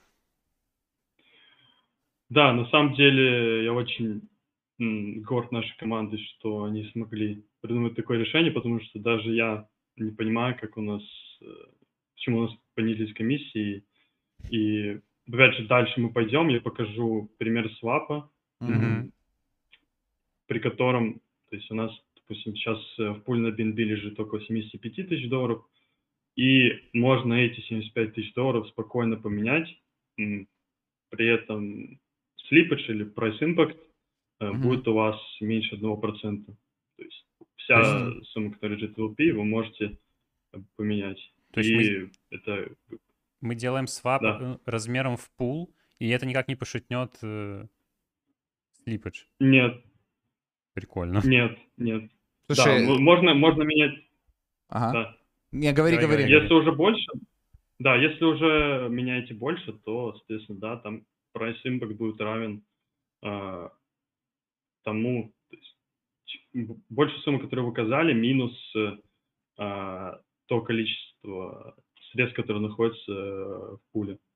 Да, на самом деле я очень м, горд нашей командой, что они смогли придумать такое решение, потому что даже я не понимаю, как у нас, э, почему у нас понизились комиссии. И опять же, дальше мы пойдем, я покажу пример свапа, Мгм. Мгм. м, при котором, то есть у нас, допустим, сейчас э, в пуле на би эн би лежит около семьдесят пять тысяч долларов, и можно эти семьдесят пять тысяч долларов спокойно поменять, м, при этом slippage или price impact э, Мгм. будет у вас меньше одного процента. То есть То есть, вся Мгм. сумма, которая лежит в эл пи, вы можете э, поменять. то есть мы, И это, мы делаем свап да, э, размером в пул, и это никак не пошатнет э, слипадж. нет, Прикольно. нет, нет. Да, Слушай, м- можно, можно менять, ага. да. Не, говори, Говори, говори, говори. говори. Если уже больше, да, если уже меняете больше, то, соответственно, да, там price impact будет равен э, тому, то есть, ч- м, больше суммы, которую вы указали, минус э, а, то количество средств, которые находятся э, в пуле.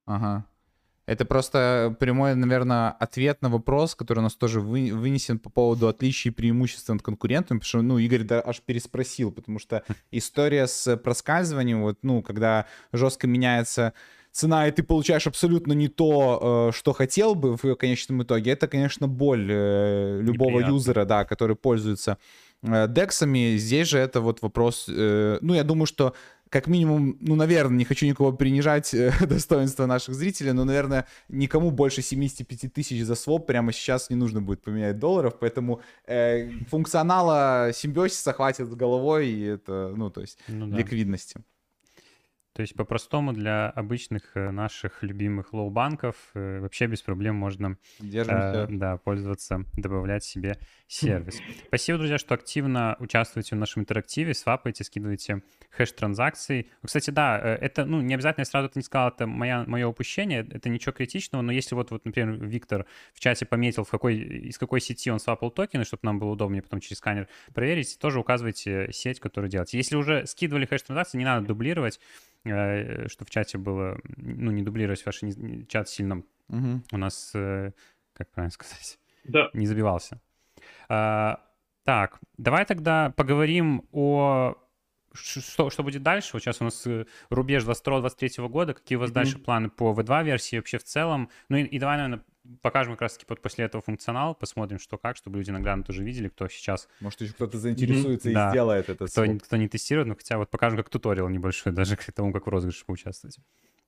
Ага. Это просто прямой, наверное, ответ на вопрос, который у нас тоже вы, вынесен по поводу отличий и преимуществ над конкурентами, потому что, ну, Игорь да, аж переспросил, потому что история с проскальзыванием, вот, ну, когда жестко меняется цена, и ты получаешь абсолютно не то, что хотел бы в конечном итоге, это, конечно, боль любого Неприятно. юзера, да, который пользуется дексами. Здесь же это вот вопрос, ну, я думаю, что как минимум, ну, наверное, не хочу никого принижать э, достоинства наших зрителей, но, наверное, никому больше семьдесят пять тысяч за своп прямо сейчас не нужно будет поменять долларов, поэтому э, функционала симбиозиса хватит с головой, и это, ну, то есть Ну да. ликвидности. То есть по-простому для обычных э, наших любимых лоу-банков э, вообще без проблем можно э, Держимся. да, пользоваться, добавлять себе сервис. Спасибо, друзья, что активно участвуете в нашем интерактиве, свапаете, скидываете хэш транзакций. Кстати, да, э, это, ну, не обязательно, я сразу это не сказал, это моя, мое упущение, это ничего критичного, но если вот, вот, например, Виктор в чате пометил, в какой, из какой сети он свапал токены, чтобы нам было удобнее потом через сканер проверить, тоже указывайте сеть, которую делаете. Если уже скидывали хэш транзакции, не надо дублировать, что в чате было, ну, не дублировать ваш не, чат сильно Угу. у нас, как правильно сказать, Да. не забивался. А, так, давай тогда поговорим о... Что, что будет дальше? Вот сейчас у нас рубеж двадцать второго двадцать третьего года. Какие у вас mm-hmm. дальше планы по ви два версии вообще в целом? Ну и, и давай, наверное, покажем как раз-таки вот после этого функционал, посмотрим, что как, чтобы люди наглядно тоже видели, кто сейчас... Может, еще кто-то заинтересуется mm-hmm. и да. сделает это. Кто, кто не тестирует, но хотя вот покажем как туториал небольшой, даже к тому, как в розыгрыше поучаствовать.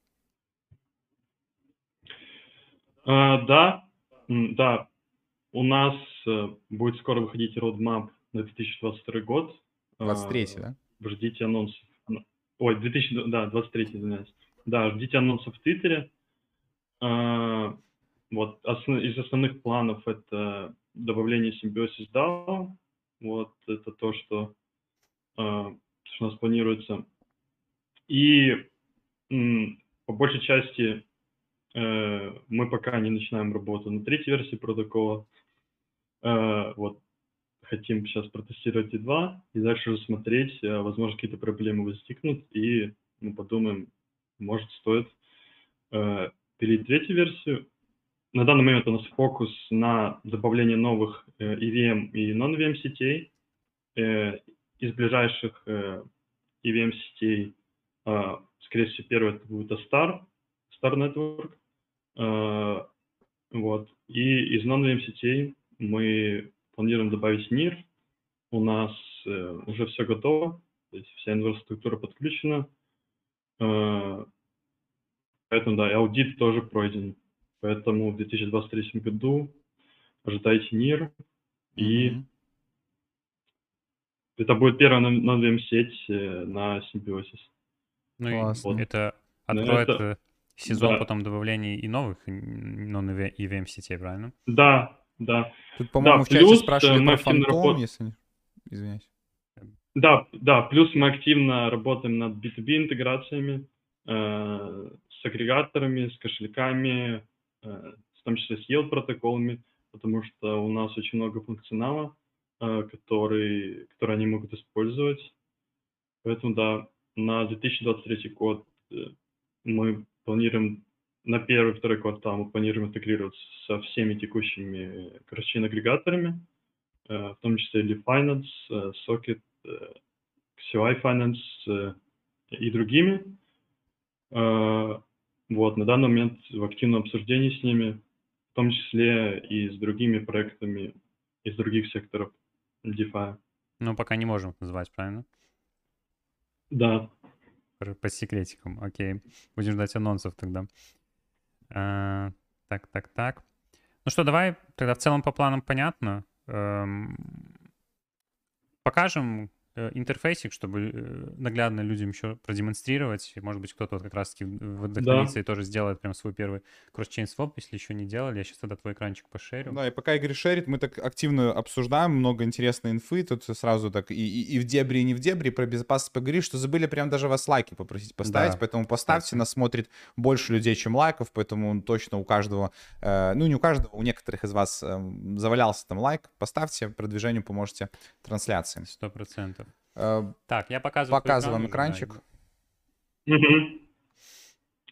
А, да, да. У нас будет скоро выходить roadmap на две тысячи двадцать второй год. двадцать третий, а, да? Ждите анонсов. Ой, две тысячи, да, двадцать третий, извиняюсь. Да, ждите анонсов в Твиттере. А, вот, основ, из основных планов это добавление Symbiosis дао. Вот, это то, что, а, что у нас планируется. И м, по большей части э, мы пока не начинаем работу на третьей версии протокола. Э, вот, хотим сейчас протестировать и два, и дальше уже смотреть, возможно, какие-то проблемы возникнут, и мы подумаем, может, стоит э, перейти в третью версию. На данный момент у нас фокус на добавление новых э, и ви эм и non-и ви эм сетей. Э, из ближайших э, и ви эм сетей, э, скорее всего, первый это будет Star, Star Network. Э, вот. И из non-и ви эм сетей мы планируем добавить нир. У нас э, уже все готово, то есть вся инфраструктура подключена. Э, поэтому, да, и аудит тоже пройден. Поэтому в две тысячи двадцать третьем году ожидайте нир. Mm-hmm. И это будет первая non-и ви эм сеть э, на Symbiosis. Ну и вот это откроет это, сезон да. потом добавлений и новых non-и ви эм сетей, правильно? Да. Да. Тут, по-моему, да, в чате плюс спрашивали мы про фантом, работ... если... Извиняюсь. Да, да, плюс мы активно работаем над би ту би интеграциями, э, с агрегаторами, с кошельками, э, в том числе с yield протоколами, потому что у нас очень много функционала, э, который, который они могут использовать. Поэтому, да, на две тысячи двадцать третий год э, мы планируем, на первый второй квартал мы планируем интегрироваться со всеми текущими кросс-чейн-агрегаторами, в том числе Leaf Finance, Socket, си ю ай Finance и другими. Вот, на данный момент в активном обсуждении с ними, в том числе и с другими проектами из других секторов DeFi. Ну, пока не можем назвать, правильно? Да. По секретикам, окей. Будем ждать анонсов тогда. А, так, так, так. Ну что, давай тогда в целом по планам понятно. Эм, покажем э, интерфейсик, чтобы э, наглядно людям еще продемонстрировать. Может быть, кто-то вот как раз-таки вдохновится да. и тоже сделает прям свой первый кросс-чейн своп, если еще не делали. Я сейчас тогда твой экранчик пошерю. Да, и пока Игорь шерит, мы так активно обсуждаем, много интересной инфы. Тут сразу так и, и, и в дебри, и не в дебри про безопасность поговорили, что забыли прям даже вас лайки попросить поставить. Да, поэтому поставьте, кстати. Нас смотрит больше людей, чем лайков, поэтому точно у каждого, э, ну не у каждого, у некоторых из вас э, завалялся там лайк. Поставьте, продвижению поможете трансляции. Сто процентов. Э, так, я показываю. Показываем экранчик. Угу.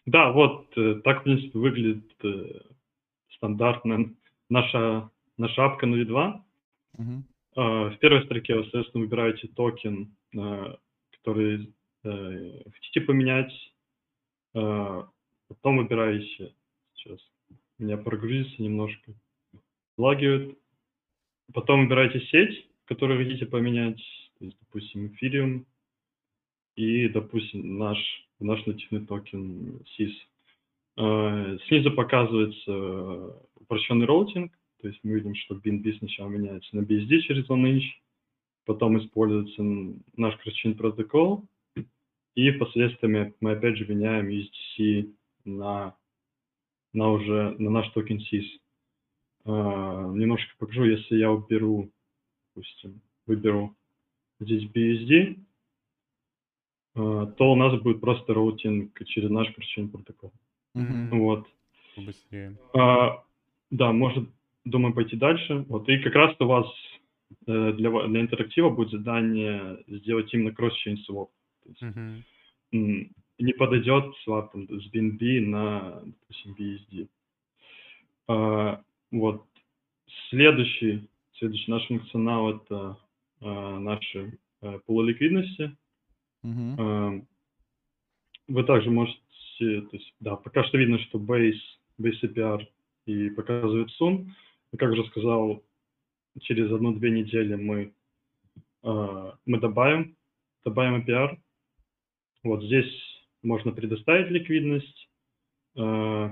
Да, вот э, так, в принципе, выглядит э, стандартная наша, наша апка на ви два. Мгм. А, В первой строке вы, соответственно, выбираете токен, э, который э, хотите поменять. А, Потом выбираете, сейчас у меня прогрузится немножко, лагивает. Потом выбираете сеть, которую хотите поменять, то есть, допустим, Ethereum и, допустим, наш, наш нативный токен сис. Э, Снизу показывается э, упрощенный роутинг, то есть мы видим, что би эн би сначала меняется на би эс ди через OneInch, потом используется н- наш кросс-чейн протокол, и впоследствии мы опять же меняем ю эс ди си на, на уже на наш токен сис. Э, Немножко покажу, если я уберу, допустим, выберу здесь би эс ди, э, то у нас будет просто роутинг через наш кросс-чейн протокол. Мгм. Вот. Быстрее. А, да, может, думаю, пойти дальше. Вот, и как раз у вас э, для, ва- для интерактива будет задание сделать именно кросс-чейн swap. То есть, Мгм. м, не подойдет свап там, с би эн би на, допустим, би эс ди. А, вот. Следующий, следующий наш функционал — это а, наши а, пулы ликвидности. Мгм. А, Вы также можете, то есть, да, пока что видно, что Base, Base эй пи ай и показывает сум. Но, как уже сказал, через одну-две недели мы, э, мы добавим, добавим эй пи ай. Вот здесь можно предоставить ликвидность э,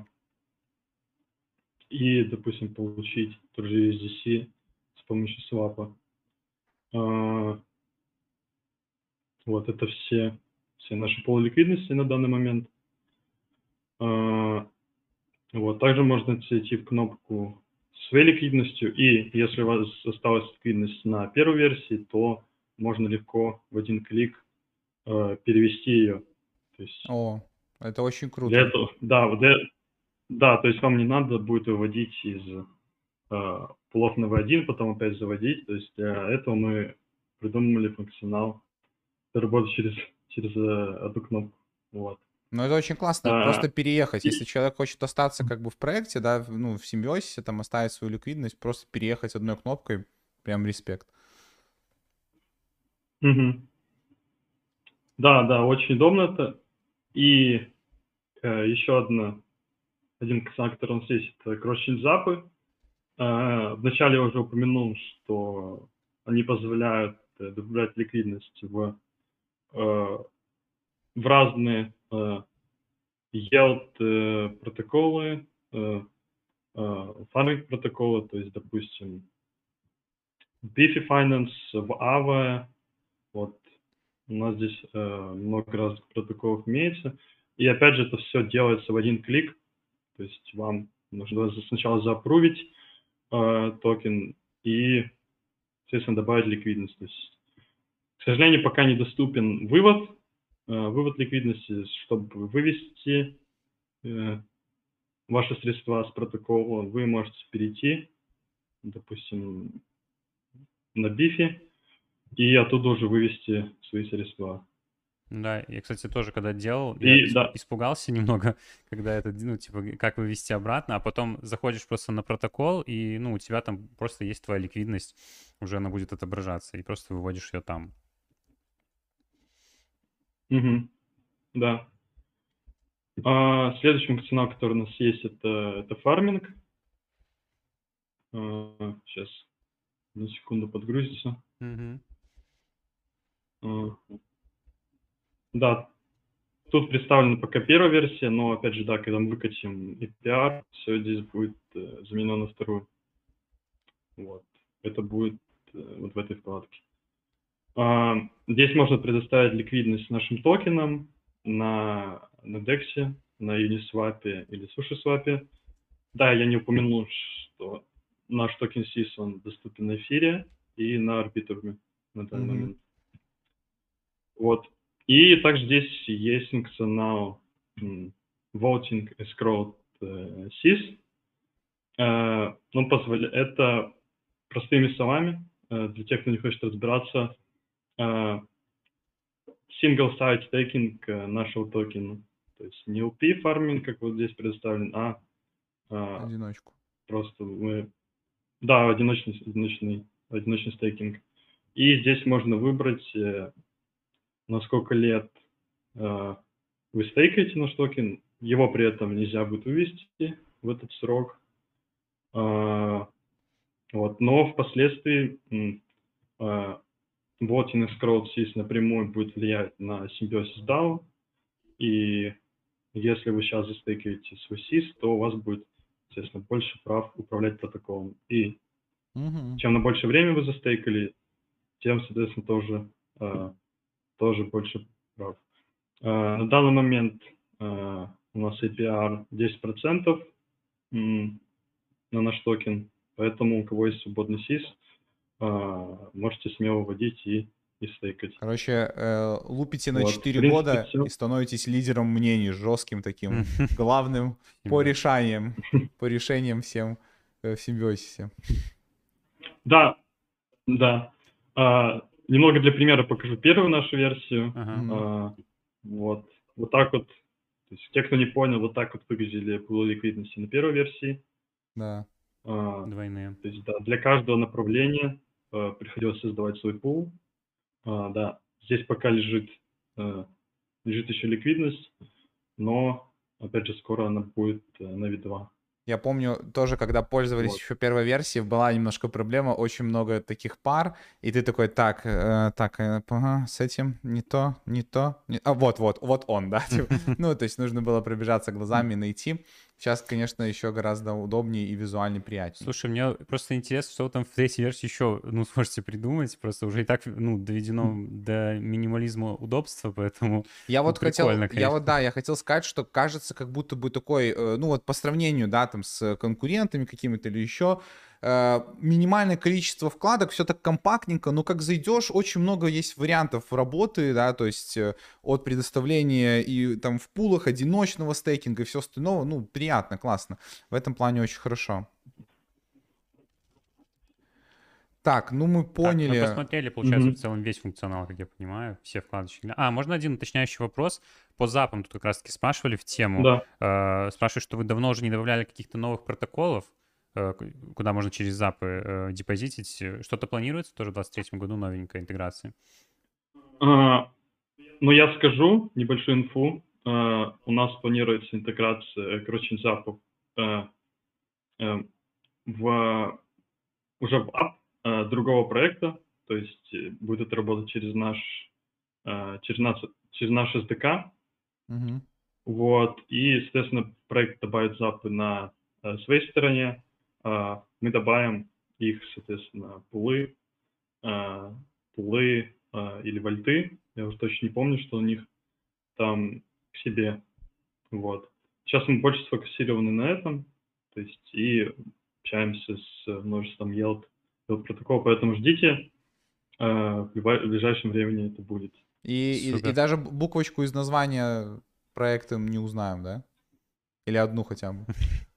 и, допустим, получить тот же ю эс ди си с помощью свапа. Э, вот это все, все наши полы ликвидности на данный момент. Э, Вот. Также можно зайти в кнопку с своей ликвидностью, и если у вас осталась ликвидность на первой версии, то можно легко в один клик э, перевести ее. То есть О, это очень для круто. этого, да, вот для- да, то есть вам не надо будет выводить из э, пулов на ви один, потом опять заводить. То есть для этого мы придумали функционал, который работает через, через э, одну кнопку. Вот. Ну, это очень классно, А, просто переехать. и- Если человек хочет остаться как бы в проекте, да, в- ну, в симбиозе, там, оставить свою ликвидность, просто переехать одной кнопкой, прям респект. Мгм. Да, да, очень удобно это. И э, еще одна, один фактор, который у нас есть, это кросс-чейн-запы. Э, вначале я уже упомянул, что они позволяют э, добавлять ликвидность в, э, в разные э, yield э, протоколы, э, э, farming протоколы, то есть, допустим, Bifi Finance, в Aave, вот у нас здесь э, много разных протоколов имеется. И опять же, это все делается в один клик. То есть вам нужно сначала заапрувить э, токен и, соответственно, добавить ликвидность. То есть, к сожалению, пока недоступен вывод, э, вывод ликвидности, чтобы вывести э, ваши средства с протокола, вы можете перейти, допустим, на бифи и оттуда уже вывести свои средства. Да, я, кстати, тоже когда делал, я И испу- да, испугался немного, когда это, ну, типа, как вывести обратно, а потом заходишь просто на протокол, и, ну, у тебя там просто есть твоя ликвидность, уже она будет отображаться, и просто выводишь ее там. мгм, да. А, следующий функционал, который у нас есть, это, это фарминг. А, сейчас, на секунду подгрузится. Мгм. А, да, тут представлена пока первая версия, но, опять же, да, когда мы выкатим эй пи ай, все здесь будет э, заменено на вторую. Вот. Это будет э, вот в этой вкладке. А, здесь можно предоставить ликвидность нашим токенам на, на дексе, на Uniswap или SushiSwap. Да, я не упомянул, что наш токен сис, он доступен на эфире и на Arbitrum на данный Мгм. момент. Вот. И также здесь есть функционал м, Voting Escrow э, сис. Э, Он позволяет, это простыми словами, э, для тех, кто не хочет разбираться, э, single site стейкинг э, нашего токена. То есть не эл пи фарминг, как вот здесь предоставлен, а, а Одиночку. просто мы... Да, одиночный, одиночный, одиночный стейкинг. И здесь можно выбрать, э, на сколько лет э, вы стейкаете наш токен. Его при этом нельзя будет вывести в этот срок. А, вот. Но впоследствии м, а, voting escrow сис напрямую будет влиять на Symbiosis дао. И если вы сейчас застейкаете свой сис, то у вас будет, естественно, больше прав управлять протоколом. И Мгм. чем на большее время вы застейкали, тем, соответственно, тоже, э, тоже больше прав. Э, на данный момент э, у нас эй пи ар десять процентов м, на наш токен, поэтому у кого есть свободный сис, э, можете смело вводить и, и стейкать. Короче, э, лупите на Вот, в четыре принципе, года всё. и становитесь лидером мнений, жестким таким, главным по Да. решаниям, по решениям всем э, в симбиозисе. Да, да. А, немного для примера покажу первую нашу версию. Ага. Мгм. А, вот. Вот так вот. То есть те, кто не понял, вот так вот выглядели пулы ликвидности на первой версии. Да. А, Двойные. то есть, да, для каждого направления а, приходилось создавать свой пул. А, да, здесь пока лежит, а, лежит еще ликвидность, но, опять же, скоро она будет а, на ви два. Я помню тоже, когда пользовались Вот. еще первой версией, была немножко проблема, очень много таких пар, и ты такой, так, э, так, э, ага, с этим не то, не то, не- а вот, вот, вот он, да, типа. Ну, то есть нужно было пробежаться глазами и найти. Сейчас, конечно, еще гораздо удобнее и визуально приятнее. Слушай, мне просто интересно, что вы там в третьей версии еще, ну, сможете придумать. Просто уже и так, ну, доведено до минимализма удобства, поэтому Я ну, вот хотел, прикольно, я конечно. вот, да, я хотел сказать, что кажется, как будто бы такой, э, ну вот по сравнению, да, там с конкурентами какими-то или еще, э, минимальное количество вкладок, все так компактненько, но как зайдешь, очень много есть вариантов работы, да, то есть э, от предоставления и там в пулах одиночного стейкинга и все остального, ну, приятно, классно. В этом плане очень хорошо. Так, ну мы Так, мы поняли. посмотрели, получается, в Мгм. целом весь функционал, как я понимаю, все вкладочки. А, можно один уточняющий вопрос? По запам тут как раз-таки спрашивали в тему. Да. Э, спрашивают, что вы давно уже не добавляли каких-то новых протоколов, э, к- куда можно через запы э, депозитить. Э, Что-то планируется тоже в двадцать третьем году новенькая интеграция? А, ну, я скажу небольшую инфу. А, у нас планируется интеграция, э, короче, запов э, э, в, уже в ап э, другого проекта, то есть э, будет это работать через наш, э, через нас, через наш эс ди кей, Мгм. вот, и, соответственно, проект добавит запы на э, своей стороне, а мы добавим их, соответственно, пулы, э, пулы э, или вольты, я уже точно не помню, что у них там к себе. Вот. Сейчас мы больше сфокусированы на этом, то есть и общаемся с множеством yield, yield протоколов, поэтому ждите, э, в блива- в ближайшем времени это будет. И, и, и Супер. даже бу- буквочку из названия проекта не узнаем, да? Или одну хотя бы.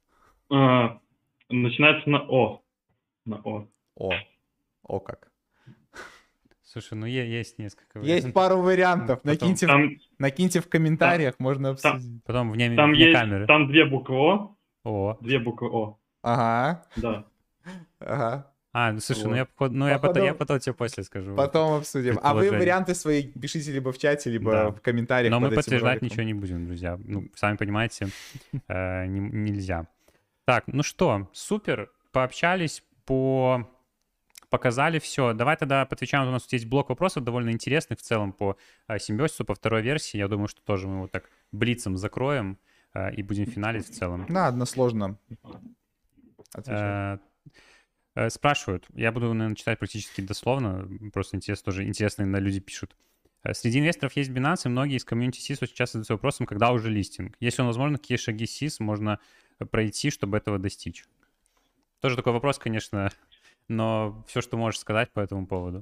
А, начинается на О. На О. О, о как. Слушай, ну е- есть несколько Есть вариантов. пару вариантов. Потом, Накиньте, в, Там, накиньте в там, комментариях, можно там, обсудить. потом вне, там вне есть, камеры. там две буквы О, О. две буквы О, Ага, да, ага. А, ну слушай, ну я, вот. походу- ну, я, потом, я Походу, потом тебе после скажу. потом обсудим. А вы предположение. варианты свои пишите либо в чате, либо Да. в комментариях Но под мы этим подтверждать роликом. ничего не будем, друзья. Ну, сами понимаете, э, не- нельзя. Так, ну что, супер, пообщались, по... показали все. Давай тогда отвечаем. У нас тут есть блок вопросов довольно интересных в целом по э, симбиозису, по второй версии. Я думаю, что тоже мы его так блицом закроем э, и будем финалить в целом. Да, односложно отвечать. Э, э, Спрашивают, я буду, наверное, читать практически дословно, просто интерес тоже интересно, на люди пишут. Э, Среди инвесторов есть Binance, и многие из комьюнити сис очень часто задаются вопросом, когда уже листинг. Если он возможно, какие шаги сис можно э, пройти, чтобы этого достичь? Тоже такой вопрос, конечно, но все, что можешь сказать по этому поводу.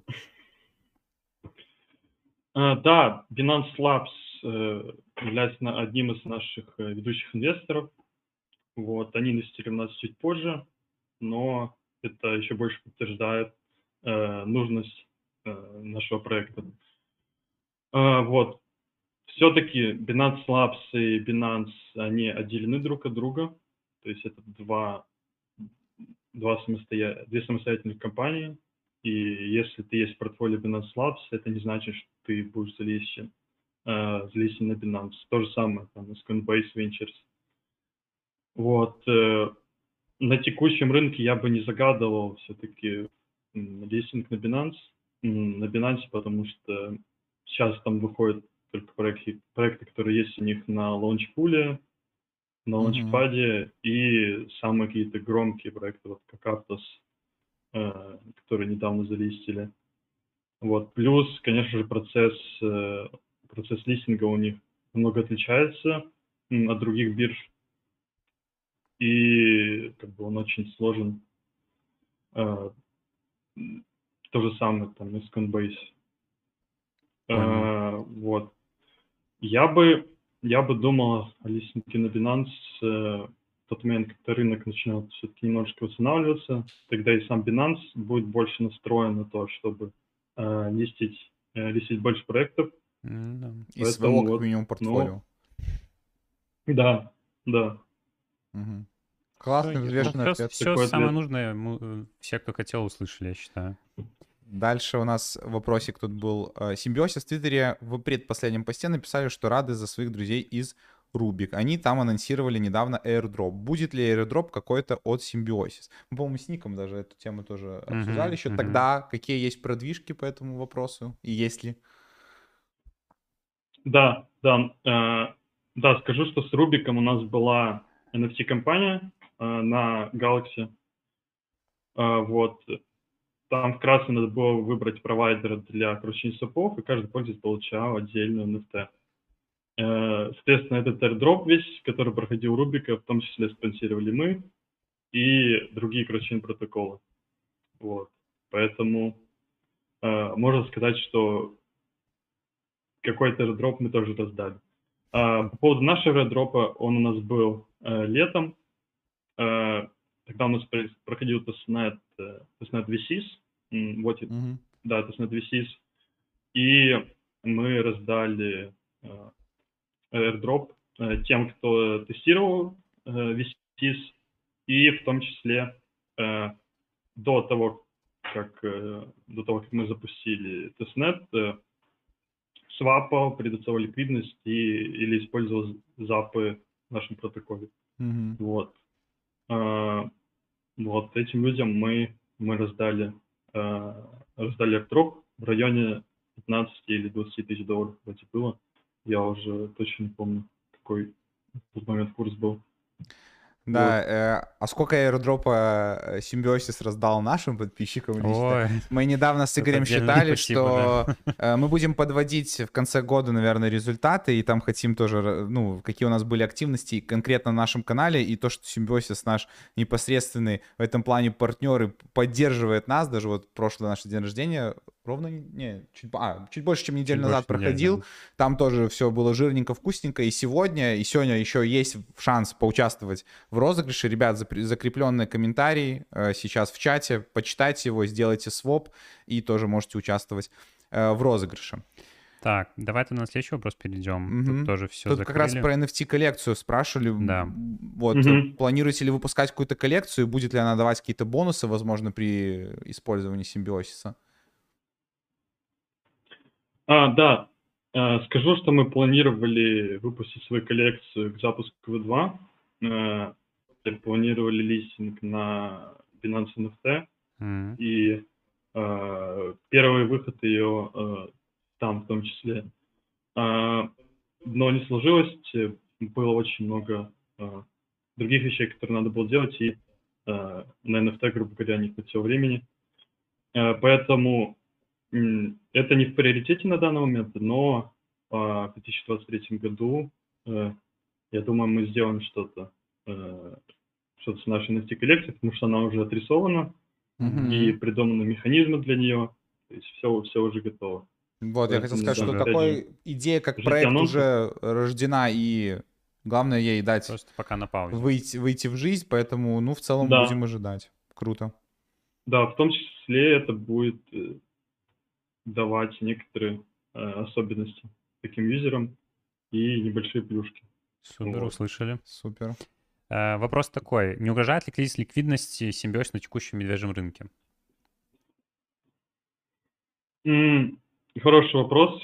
А, да, Binance Labs э, является на- одним из наших э, ведущих инвесторов. Вот, они инвестировали в нас чуть позже, но это еще больше подтверждает э, нужность э, нашего проекта. А, вот, все-таки Binance Labs и Binance, они отделены друг от друга. То есть это два, два самостоя... две самостоятельных компании. И если ты есть в портфолио Binance Labs, это не значит, что ты будешь залезть, э, залезть на Binance. То же самое там, с Coinbase Ventures. Вот. Э, на текущем рынке я бы не загадывал все-таки листинг на Binance, м, на Binance, потому что сейчас там выходят только проекты, проекты, которые есть у них на лаунчпуле, на Мгм. лаунчпаде, и самые какие-то громкие проекты, вот как Aptos, э, которые недавно залистили. Вот. Плюс, конечно же, процесс, э, процесс листинга у них немного отличается м, от других бирж, и как бы он очень сложен. Э, м, То же самое там и с Coinbase. Понял. Э, Вот. Я бы, я бы думал о листинге на Binance э, в тот момент, когда рынок начнет все-таки немножечко восстанавливаться, тогда и сам Binance будет больше настроен на то, чтобы э, листить, э, листить больше проектов. М, да. Из своего, Поэтому как вот, минимум, ну, портфолио. да, да, Мгм. Всё, Классный, я- взвешенный всё- ответ. всё такой самое ответ. нужное мы, э, все, кто хотел, услышали, я считаю. Дальше у нас вопросик тут был. Э, Симбиосис в Твиттере в предпоследнем посте написали, что рады за своих друзей из Рубик. Они там анонсировали недавно airdrop. Будет ли airdrop какой-то от Симбиосис? Мы, по-моему, с Ником даже эту тему тоже обсуждали Мгм, еще мгм. тогда. Какие есть продвижки по этому вопросу? И есть ли? Да, да, э, да, скажу, что с Рубиком у нас была эн эф ти-компания э, на Galaxy. Э, вот. Там вкратце надо было выбрать провайдера для кручения сапов, и каждый пользователь получал отдельную эн эф ти. Э, Соответственно, этот airdrop весь, который проходил Рубика, в том числе спонсировали мы и другие кручения протоколы. Вот. Поэтому э, можно сказать, что какой-то airdrop мы тоже раздали. А, по поводу нашего airdrop, он у нас был э, летом. Э, Тогда у нас про- проходил тестнет, э, тестнет ви си эс. М, Вот, и- Мгм. да, тестнет ви си эс. И мы раздали э, airdrop э, тем, кто тестировал э, ви си эс, и в том числе э, до того, как, э, до того, как мы запустили тестнет, э, свапал, предоставил ликвидность и, или использовал запы в нашем протоколе. Мгм. Вот. А, вот этим людям мы, мы раздали, а, раздали airdrop в районе пятнадцати или двадцати тысяч долларов вроде было. Я уже точно не помню, какой в тот момент курс был. Да, Вот. э, а сколько airdropа э, Симбиосис раздал нашим подписчикам лично? Ой, Мы недавно с это Игорем отдельное считали, спасибо, да. что э, мы будем подводить в конце года, наверное, результаты, и там хотим тоже, ра- ну, какие у нас были активности конкретно на нашем канале, и то, что Симбиосис наш непосредственный в этом плане партнер и поддерживает нас, даже вот прошлый наш день рождения, ровно, не, чуть, по- а, чуть больше, чем неделю Чуть назад больше недели, проходил, да. там тоже все было жирненько, вкусненько, и сегодня, и сегодня еще есть шанс поучаствовать в розыгрыше. Ребят, запри- закрепленный комментарий э, сейчас в чате, почитайте его, сделайте своп, и тоже можете участвовать э, в розыгрыше. Так, давайте на следующий вопрос перейдем. Тут Мгм. тоже все Тут как раз закрыли. про эн эф ти-коллекцию спрашивали. Да. М, Вот, э, Мгм. планируете ли выпускать какую-то коллекцию, будет ли она давать какие-то бонусы, возможно, при использовании симбиосиса? А, да, Э, скажу, что мы планировали выпустить свою коллекцию к запуску ви два. Э, Планировали листинг на Binance эн эф ти. М. И э, первый выход ее э, там в том числе. А, но не сложилось, э, было очень много э, других вещей, которые надо было делать, и э, на эн эф ти, грубо говоря, не хватило времени. Э, поэтому м, это не в приоритете на данный момент, но э, в две тысячи двадцать третьем году, э, я думаю, мы сделаем что-то э, что-то с нашей эн эф ти-коллекцией, потому что она уже отрисована, Мгм. и придуманы механизмы для нее, то есть все, все уже готово. Вот, я хотел Поэтому, сказать, да, что Супер. опять же, такой идея, как ждите проект, анонсов. уже рождена, и главное ей дать Просто пока на паузе. выйти, выйти в жизнь, поэтому, ну, в целом Да, будем ожидать. Круто. да, в том числе это будет э, давать некоторые э, особенности таким юзерам. и небольшие плюшки. Супер, Вот. услышали. Супер. Э, Вопрос такой. Не угрожает ли кризис ликвидности Симбиосе на текущем медвежьем рынке? М, Хороший вопрос.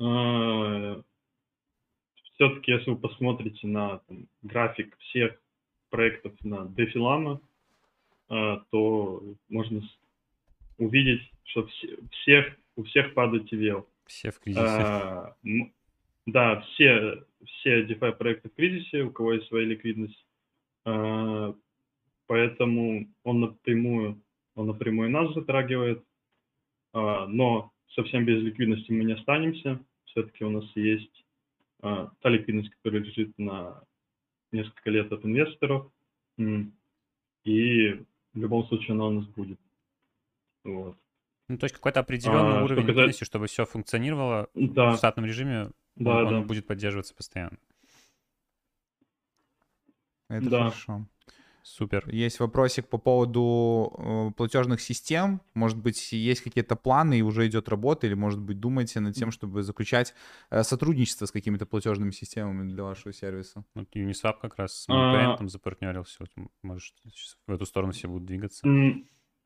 Все-таки, если вы посмотрите на там, график всех проектов на Дефилама, то можно с- увидеть, что все, всех, у всех падает ти ви эл. Все в кризисе. А, м, Да, все, все DeFi проекты в кризисе, у кого есть своя ликвидность. А, Поэтому он напрямую, он напрямую нас затрагивает. А, Но совсем без ликвидности мы не останемся. Все-таки у нас есть а, та ликвидность, которая лежит на несколько лет от инвесторов. М, И в любом случае она у нас будет. Вот. Ну, то есть какой-то определенный А, уровень Что ликвидности, касается... чтобы все функционировало в Да, штатном режиме, он, да, он да, будет поддерживаться постоянно. Это да. хорошо. Супер. Есть вопросик по поводу э, платежных систем. Может быть, есть какие-то планы и уже идет работа, или, может быть, думаете над тем, чтобы заключать э, сотрудничество с какими-то платежными системами для вашего сервиса? Вот Uniswap как раз с А, MoneyPay там запартнерился. Вот, м, может, сейчас в эту сторону все будут двигаться. м,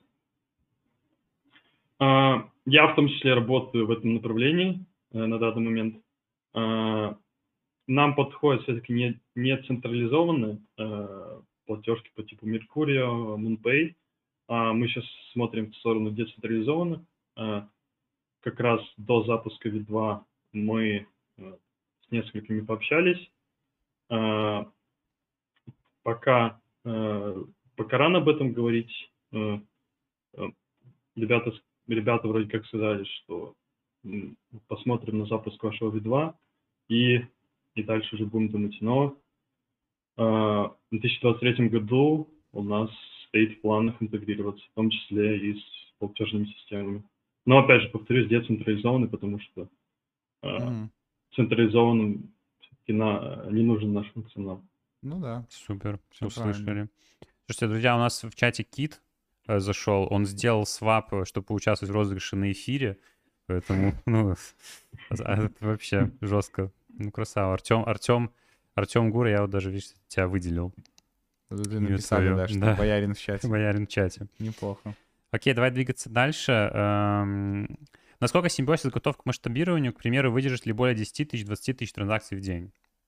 а, Я в том числе работаю в этом направлении э, на данный момент. А, Нам подходят все-таки не, не централизованные э, платежки по типу Mercurio, MoonPay. А Мы сейчас смотрим в сторону децентрализованных. А, Как раз до запуска ви два мы э, с несколькими пообщались. А, Пока, э, пока рано об этом говорить. Э, э, Ребята, с- ребята вроде как сказали, что м, посмотрим на запуск вашего ви два и, и дальше уже будем думать. Но э, в две тысячи двадцать третьем году у нас стоит в планах интегрироваться, в том числе и с платежными системами. Но опять же, повторюсь, децентрализованный, потому что э, Мгм. централизованным все-таки на, не нужен наш функционал. Ну да, Супер, все правильно. услышали. Слушайте, друзья, у нас в чате Кит э, зашел, он сделал свап, э, чтобы поучаствовать в розыгрыше на эфире, поэтому, ну, а это вообще жестко. Ну, красава. Артем, Артем, Артем Гура, я вот даже, видишь, тебя выделил. Тут и Имя написали, твое. да, что Да. боярин в чате. Боярин в чате. Неплохо. Окей, давай двигаться дальше. Эм, Насколько Симбиосис готов к масштабированию? К примеру, выдержит ли более десять тысяч, двадцать тысяч транзакций в день?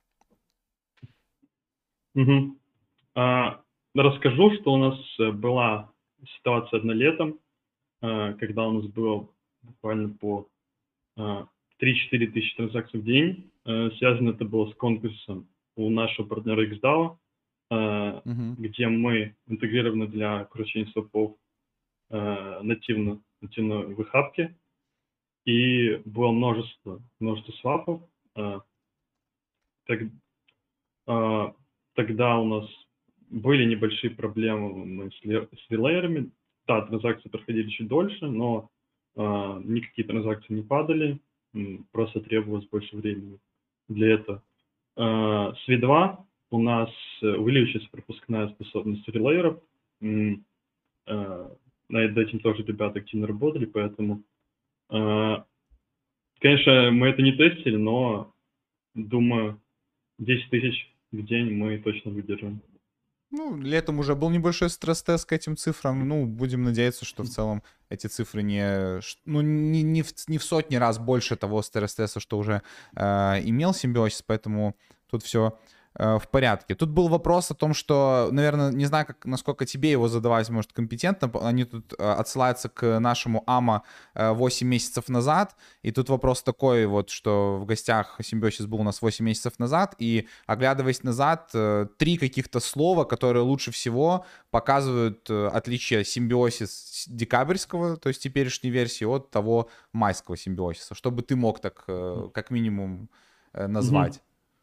Мгм. А, Расскажу, что у нас э, была ситуация одно летом, э, когда у нас было буквально по э, три-четыре тысячи транзакций в день. Э, Связано это было с конкурсом у нашего партнера икс дао, э, Мгм. где мы интегрированы для кручения свопов э, нативно, нативно в их апке. И было множество, множество свапов. Э, так- э, Тогда у нас были небольшие проблемы с, ле- с релейерами. Да, транзакции проходили чуть дольше, но э, никакие транзакции не падали, м, просто требовалось больше времени для этого. Э, с ви два у нас э, увеличивается пропускная способность релейеров. М, э, Над этим тоже ребята активно работали, поэтому, э, конечно, мы это не тестили, но думаю, десять тысяч в день мы точно выдержим. Ну, летом уже был небольшой стресс-тест к этим цифрам. Ну, будем надеяться, что в целом эти цифры не, ш- ну, не, не, в, не в сотни раз больше того стресс-теста, что уже э, имел Симбиосис, поэтому тут все в порядке. Тут был вопрос о том, что, наверное, не знаю, как, насколько тебе его задавать, может, компетентно. Они тут э, отсылаются к нашему АМА э, восемь месяцев назад. И тут вопрос такой вот, что в гостях Симбиосис был у нас восемь месяцев назад. И, оглядываясь назад, э, три каких-то слова, которые лучше всего показывают э, отличие Симбиосис декабрьского, то есть теперешней версии, от того майского Симбиосиса. Чтобы ты мог так, э, как минимум, э, назвать.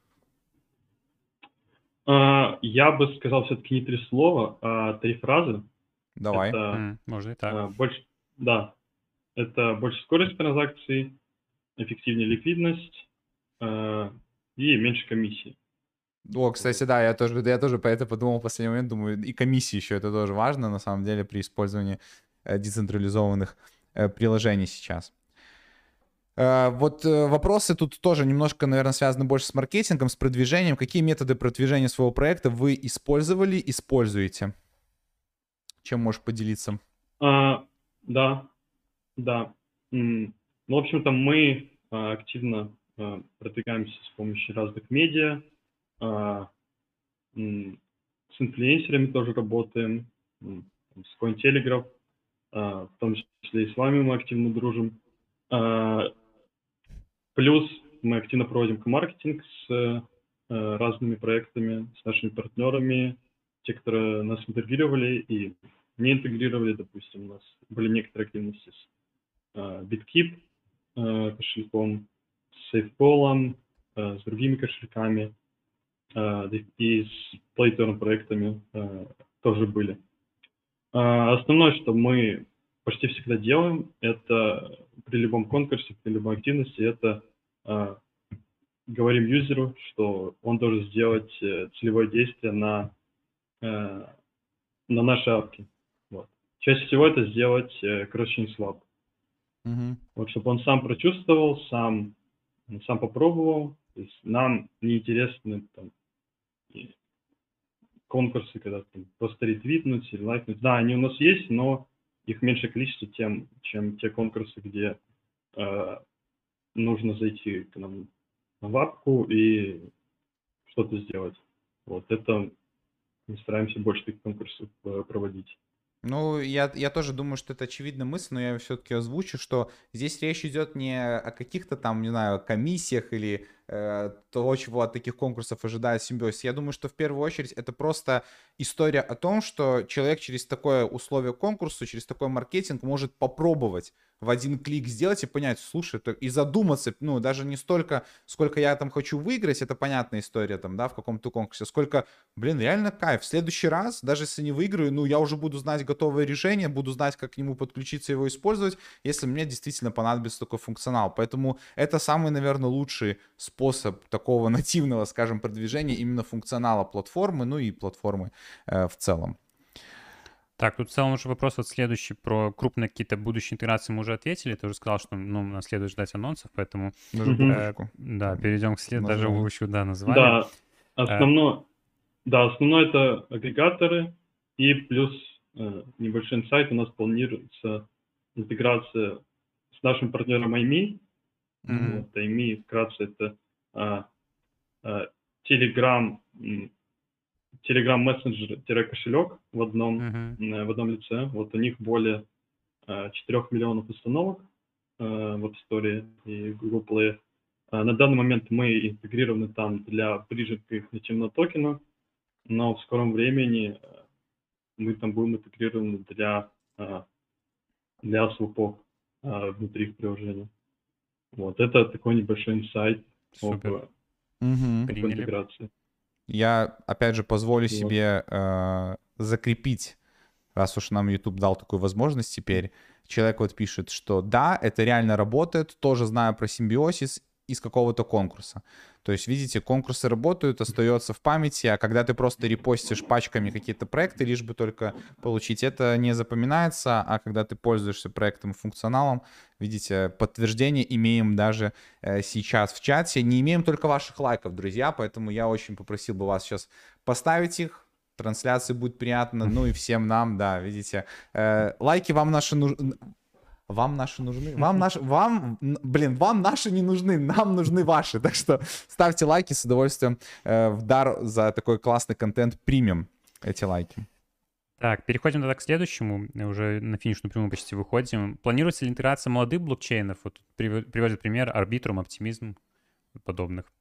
А, Я бы сказал все-таки не три слова, а три фразы. Давай. Это М, Можно и так. а, больше, да, это больше скорость транзакций, эффективнее ликвидность а, и меньше комиссий. О, кстати, да, я тоже, я тоже про это подумал в последний момент, думаю, и комиссии еще это тоже важно, на самом деле, при использовании э, децентрализованных э, приложений сейчас. Э, Вот э, вопросы тут тоже немножко, наверное, связаны больше с маркетингом, с продвижением. Какие методы продвижения своего проекта вы использовали, используете? Чем можешь поделиться? А, да, да. М, Ну, в общем-то, мы а, активно а, продвигаемся с помощью разных медиа, а, м, с инфлюенсерами тоже работаем, м, там, с Cointelegraph, а, в том числе и с вами мы активно дружим. А, Плюс мы активно проводим маркетинг с э, разными проектами, с нашими партнерами, те, которые нас интегрировали и не интегрировали. Допустим, у нас были некоторые активности с э, BitKeep э, кошельком, с SafePol, э, с другими кошельками э, и с Playturn проектами э, тоже были. А, Основное, что мы почти всегда делаем, это при любом конкурсе, при любой активности, это а, говорим юзеру, что он должен сделать э, целевое действие на, э, на наши апки. Вот. Чаще всего это сделать э, cross-chain swap. Мгм. Вот, чтобы он сам прочувствовал, сам, сам попробовал. То есть нам неинтересны там, и конкурсы, когда там, просто ретвитнуть или лайкнуть. Да, они у нас есть, но их меньше количество, тем, чем те конкурсы, где э, нужно зайти к нам в апку и что-то сделать. Вот это мы стараемся больше таких конкурсов э, проводить. Ну, я, я тоже думаю, что это очевидная мысль, но я все-таки озвучу, что здесь речь идет не о каких-то там, не знаю, комиссиях или э, того, чего от таких конкурсов ожидает Симбиоз. Я думаю, что в первую очередь это просто история о том, что человек через такое условие конкурса, через такой маркетинг может попробовать в один клик сделать и понять, слушай, это- и задуматься, ну, даже не столько, сколько я там хочу выиграть, это понятная история там, да, в каком-то конкурсе, сколько, блин, реально кайф. В следующий раз, даже если не выиграю, ну, я уже буду знать готовое решение, буду знать, как к нему подключиться и его использовать, если мне действительно понадобится такой функционал. Поэтому это самый, наверное, лучший способ такого нативного, скажем, продвижения именно функционала платформы, ну и платформы э, в целом. Так, тут в целом уже вопрос вот следующий про крупные какие-то будущие интеграции мы уже ответили. Ты уже сказал, что ну, нас следует ждать анонсов, поэтому Даже Мгм. э, буквочку. да, Там перейдем к след... даже назвали. еще, да, назвали. Да, Э, основное, да, основное это агрегаторы и плюс э, небольшой инсайт. У нас планируется интеграция с нашим партнером айми. мгм, Вот, айми вкратце это а, а, Telegram, м, Telegram мессенджер-кошелек в одном, мгм. э, в одном лице. Вот у них более э, четырех миллионов установок э, в App Store и Google Play. А На данный момент мы интегрированы там для прижимка их нативного токена, но в скором времени э, мы там будем интегрированы для, э, для свопов э, внутри их приложения. Вот, это такой небольшой инсайт об, Супер, Мгм. об приняли. интеграции. Я, опять же, позволю Вот. себе э, закрепить, раз уж нам YouTube дал такую возможность теперь. Человек вот пишет, что да, это реально работает, тоже знаю про симбиозис из какого-то конкурса. То есть, видите, конкурсы работают, остается в памяти, а когда ты просто репостишь пачками какие-то проекты, лишь бы только получить, это не запоминается, а когда ты пользуешься проектом и функционалом, видите, подтверждение имеем даже э, сейчас в чате. Не имеем только ваших лайков, друзья, поэтому я очень попросил бы вас сейчас поставить их, трансляции будет приятно, ну и всем нам, да, видите. Э, лайки вам наши нужны. Вам наши нужны? Вам наши, вам, н- блин, вам наши не нужны, нам нужны ваши. Так что ставьте лайки, с удовольствием э, в дар за такой классный контент примем эти лайки. Так, переходим тогда к следующему. э, Уже на финишную прямую почти выходим. Планируется ли интеграция молодых блокчейнов? Вот тут прив- приводит пример Arbitrum, Optimism и подобных.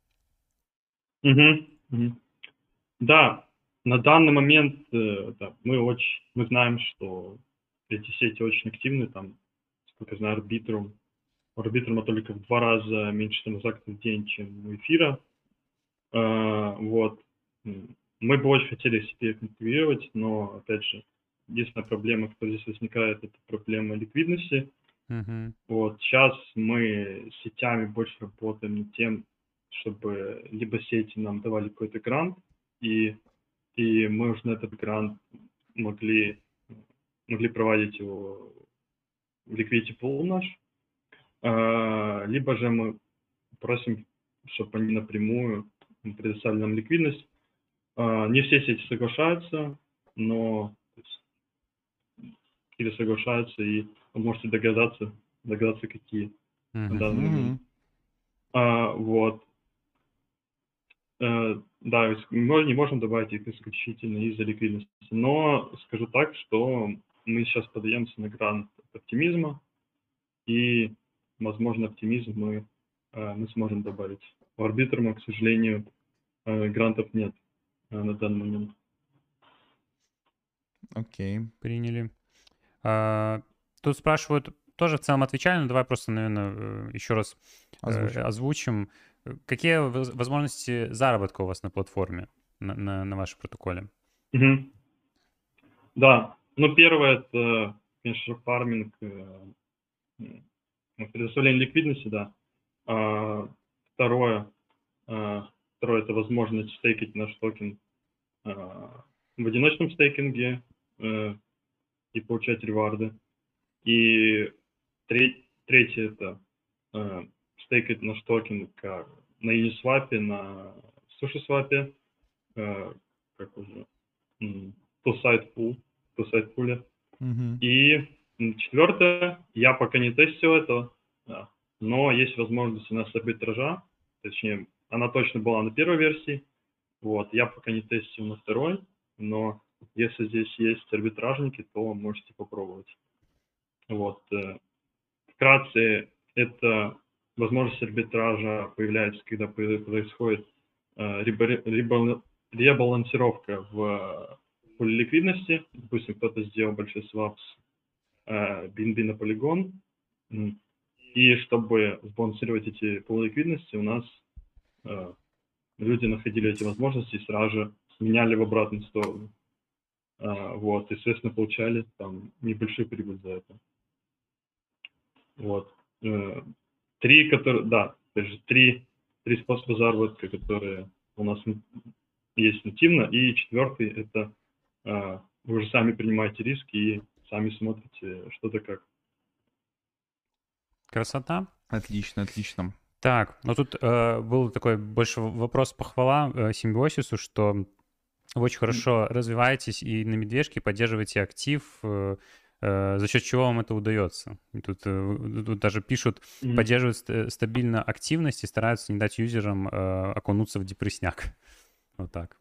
Мгм, мгм. Да, на данный момент э, да, мы очень, мы знаем, что эти сети очень активны, там, сколько я знаю, Arbitrum. У Arbitrum только в два раза меньше транзакций в день, чем у эфира. А, вот. М, Мы бы очень хотели себе их интегрировать, но, опять же, единственная проблема, которая здесь возникает, это проблема ликвидности. Мгм. Вот. Сейчас мы с сетями больше работаем над тем, чтобы либо сети нам давали какой-то грант, и и мы уже на этот грант могли, могли проводить его в liquidity pool наш. а, либо же мы просим, чтобы они напрямую предоставили нам ликвидность. А, Не все сети соглашаются, но то есть, какие-то соглашаются, и вы можете догадаться, догадаться, какие на данный Мгм. момент. А, Вот. Э, Да, то есть мы не можем добавить их исключительно из-за ликвидности. Но скажу так, что мы сейчас подаемся на грант оптимизма, и, возможно, оптимизм мы, э, мы сможем добавить. У Арбитрума, к сожалению, э, грантов нет э, на данный момент. Окей. Приняли. А, Тут спрашивают, тоже в целом отвечали, но давай просто, наверное, еще раз э, Озвучь. озвучим. Э, Какие воз- возможности заработка у вас на платформе, на, на, на вашем протоколе? Мгм. Да, ну первое это, конечно, фарминг, э, м, ну, предоставление ликвидности, да. А, Второе, а, второе это возможность стейкать наш токен а, в одиночном стейкинге э, и получать реварды. И тре- третье это э, стейкать наш токен как на Uniswap, на SushiSwap, э, как уже м, two-side pool, two-side pool. Мгм. И м, четвертое, я пока не тестил это, а, но есть возможность у нас арбитража, точнее, она точно была на первой версии, вот, я пока не тестил на второй, но если здесь есть арбитражники, то можете попробовать. Вот, э, вкратце, это возможность арбитража появляется, когда по- происходит э, ребо- ребо- ребалансировка в поле ликвидности. Допустим, кто-то сделал большой свап с э, би эн би на полигон, м, и чтобы сбалансировать эти пулы ликвидности, у нас э, люди находили эти возможности и сразу же меняли в обратную сторону. А, Вот, и, соответственно, получали там небольшую прибыль за это. Вот. Э, Три, которые, да, то есть три, три способа заработка, которые у нас н- есть нативно, и четвертый это э, вы уже сами принимаете риски и сами смотрите что-то как. Красота. Отлично, отлично. Так, ну тут э, был такой больше в- вопрос похвала э, Симбиосису, что вы очень хорошо развиваетесь и на медвежке поддерживаете актив, э, э, за счет чего вам это удается. И тут, э, в- тут даже пишут, Мгм. поддерживают ст- стабильно активность и стараются не дать юзерам э, окунуться в депрессняк. Вот так.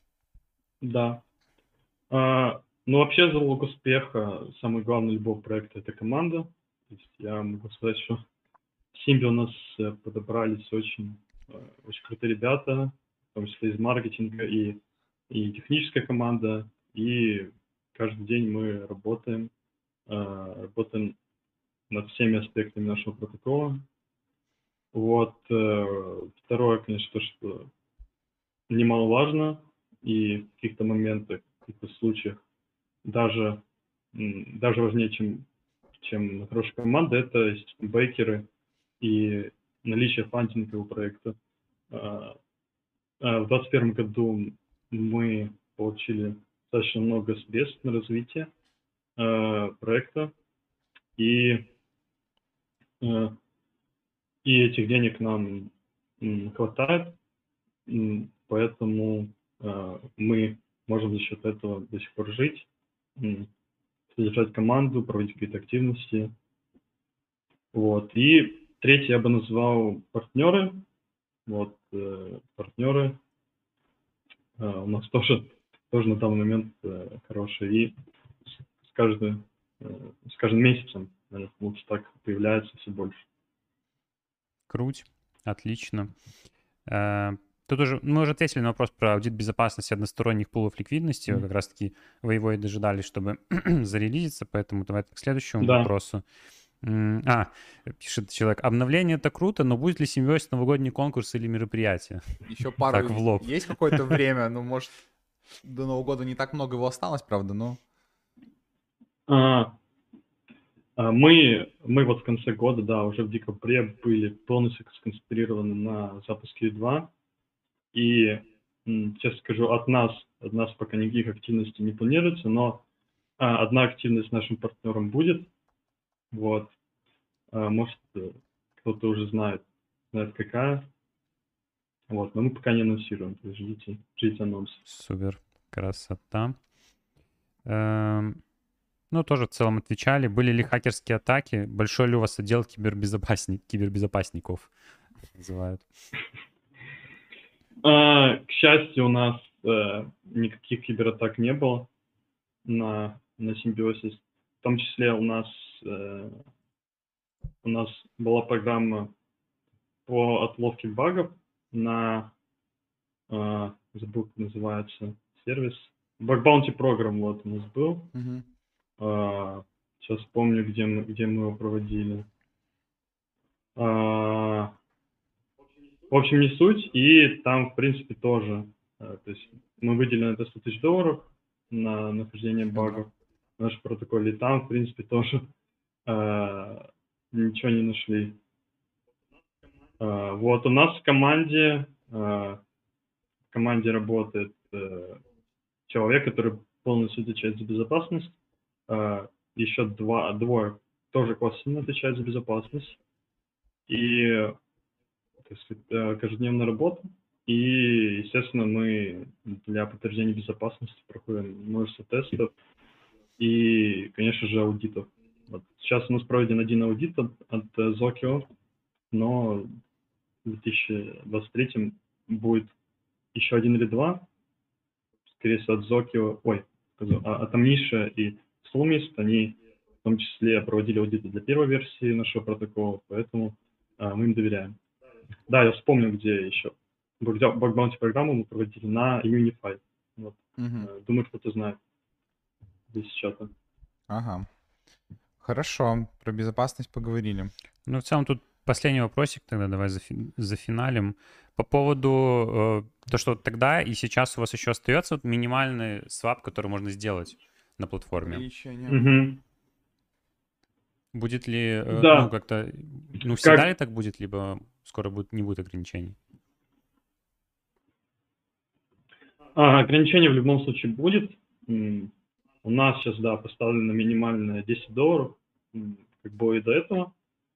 Да. А, ну, вообще, залог успеха, самый главный любого проекта – это команда. То есть я могу сказать, что в Симби у нас э, подобрались очень, э, очень крутые ребята, в том числе из маркетинга и, и техническая команда. И каждый день мы работаем, э, работаем над всеми аспектами нашего протокола. Вот. э, Второе, конечно, то, что немаловажно, и в каких-то моментах, в каких-то случаях даже, м, даже важнее, чем, чем хорошая команда, это естественно, бейкеры и наличие фандинга у проекта. А, а, В двадцать первом году мы получили достаточно много средств на развитие а, проекта, и, а, и этих денег нам м, хватает, м, поэтому а, мы можем за счет этого до сих пор жить, м, содержать команду, проводить какие-то активности. Вот. И третий я бы назвал партнеры. Вот, э, партнеры э, у нас тоже, тоже на данный момент э, хорошие. И с, с каждым, э, с каждым месяцем, наверное, лучше так появляется все больше. Круть. Отлично. Э, Тут уже мы уже ответили на вопрос про аудит безопасности односторонних пулов ликвидности. Мгм. Как раз-таки вы его и дожидались, чтобы зарелизиться, поэтому давайте к следующему Да. вопросу. М, А, пишет человек, обновление это круто, но будет ли симбиоз новогодний конкурс или мероприятие? Еще пару... Так, в лоб. Есть какое-то время, ну, может, до Нового года не так много его осталось, правда, но... А, а Мы, мы вот в конце года, да, уже в декабре были полностью сконцентрированы на запуске ю два. И, м, честно скажу, от нас, от нас пока никаких активностей не планируется, но а, одна активность с нашим партнером будет. Вот. А, Может, э, кто-то уже знает, знает какая. Вот, но мы пока не анонсируем, то есть ждите, ждите анонс. Супер, красота. Эм, Ну, тоже в целом отвечали. Были ли хакерские атаки? Большой ли у вас отдел кибербезопасник, кибербезопасников так называют? А, к счастью, у нас э, никаких кибератак не было на, на Symbiosis. В том числе у нас, э, у нас была программа по отловке багов на, э, забыл, как называется, сервис. Bug Bounty Program вот у нас был. Мгм. А, сейчас помню, где мы, где мы его проводили. А, в общем, не суть. И там, в принципе, тоже. э, То есть мы выделили на это сто тысяч долларов на нахождение багов в нашем протоколе. И там, в принципе, тоже э, ничего не нашли. Э, Вот у нас в команде, э, в команде работает э, человек, который полностью отвечает за безопасность. Э, Еще два, двое тоже косвенно отвечают за безопасность. И то есть, это каждодневная работа. И, естественно, мы для подтверждения безопасности проходим множество тестов и, конечно же, аудитов. Вот сейчас у нас проведен один аудит от, от э, Zokyo, но в две тысячи двадцать третьем будет еще один или два. Скорее всего, от Zokyo, ой, скажу, а- от Amnesia и Slumist, они в том числе проводили аудиты для первой версии нашего протокола, поэтому а, мы им доверяем. Да, я вспомнил, где еще. Bug Bounty программу мы проводили на Immunify. Вот. Мгм. Э, Думаю, кто-то знает здесь из чата. Ага. Хорошо, про безопасность поговорили. Ну, в целом тут последний вопросик тогда давай зафи- зафиналим. По поводу э, то, что вот тогда и сейчас у вас еще остается вот минимальный свап, который можно сделать на платформе. Увеличение. Мгм. Будет ли, э, Да. ну, как-то, ну, всегда Как- ли так будет, либо скоро будет, не будет ограничений? А, ограничение в любом случае будет. М, У нас сейчас, да, поставлено минимальное десять долларов, м, как было и до этого.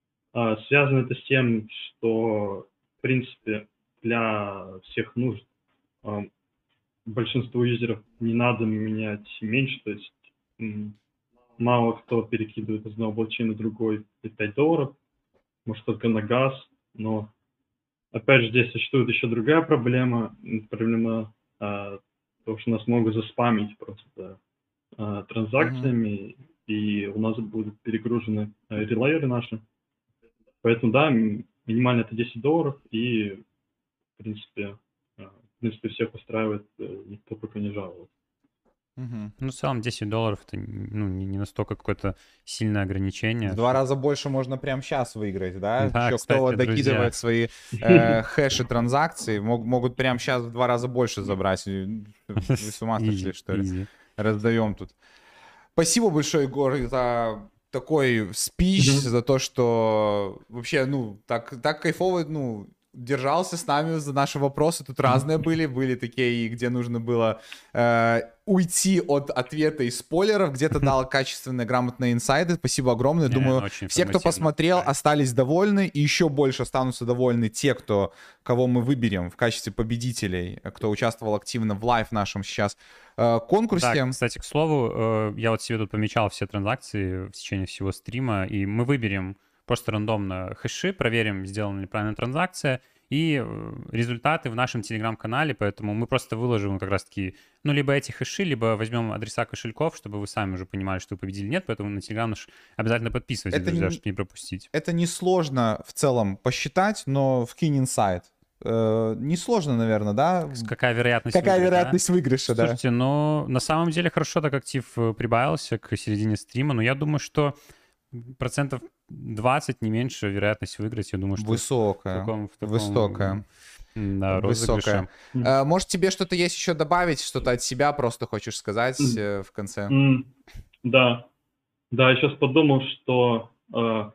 А, Связано это с тем, что, в принципе, для всех нужд а, большинству юзеров не надо менять меньше, то есть м, мало кто перекидывает из одного блокчейна на другой и пять долларов, может только на газ, но опять же здесь существует еще другая проблема, м, проблема а, того, что нас могут заспамить просто а, транзакциями, и у нас будут перегружены а, релейеры наши. Поэтому да, м, минимально это десять долларов, и в принципе, а, в принципе всех устраивает, э, никто пока не жалует. Мгм. Ну, в целом десять долларов это ну, не, не настолько какое-то сильное ограничение. В два что- раза больше можно прямо сейчас выиграть, да? Да, Еще кстати, кто друзья. докидывает свои э, хэши транзакций, мог- могут прямо сейчас в два раза больше забрать. И, Вы с ума сошли, Изи, что ли? изи. Раздаем тут. Спасибо большое, Егор, за такой спич, Мгм. за то, что вообще, ну, так, так кайфово, ну, держался с нами за наши вопросы. Тут разные были. Были такие, где нужно было э, уйти от ответа и спойлеров, где-то дал качественные, грамотные инсайды. Спасибо огромное. Не, Думаю, очень все, кто информативно, посмотрел, да. остались довольны. И еще больше останутся довольны те, кто, кого мы выберем в качестве победителей, кто участвовал активно в лайв нашем сейчас э, конкурсе. Да, кстати, к слову, э, я вот себе тут помечал все транзакции в течение всего стрима, и мы выберем просто рандомно хэши, проверим, сделана ли правильная транзакция, и э, результаты в нашем телеграм-канале, поэтому мы просто выложим как раз-таки, ну, либо эти хэши, либо возьмем адреса кошельков, чтобы вы сами уже понимали, что вы победили, нет, поэтому на телеграм наш обязательно подписывайтесь, Это друзья, не- чтобы не пропустить. Это несложно в целом посчитать, но вкинь инсайт. Э, несложно, наверное, да? Какая вероятность Какая выиграть, да? вероятность выигрыша, да? Слушайте, ну, на самом деле хорошо так актив э, прибавился к середине стрима, но я думаю, что процентов двадцать, не меньше, вероятность выиграть, я думаю, что в Высокая. таком, в таком, Высокая. м, да, Высокая. розыгрыше. Э, может, тебе что-то есть еще добавить, что-то от себя просто хочешь сказать э, в конце? М, Да, да, я сейчас подумал, что э,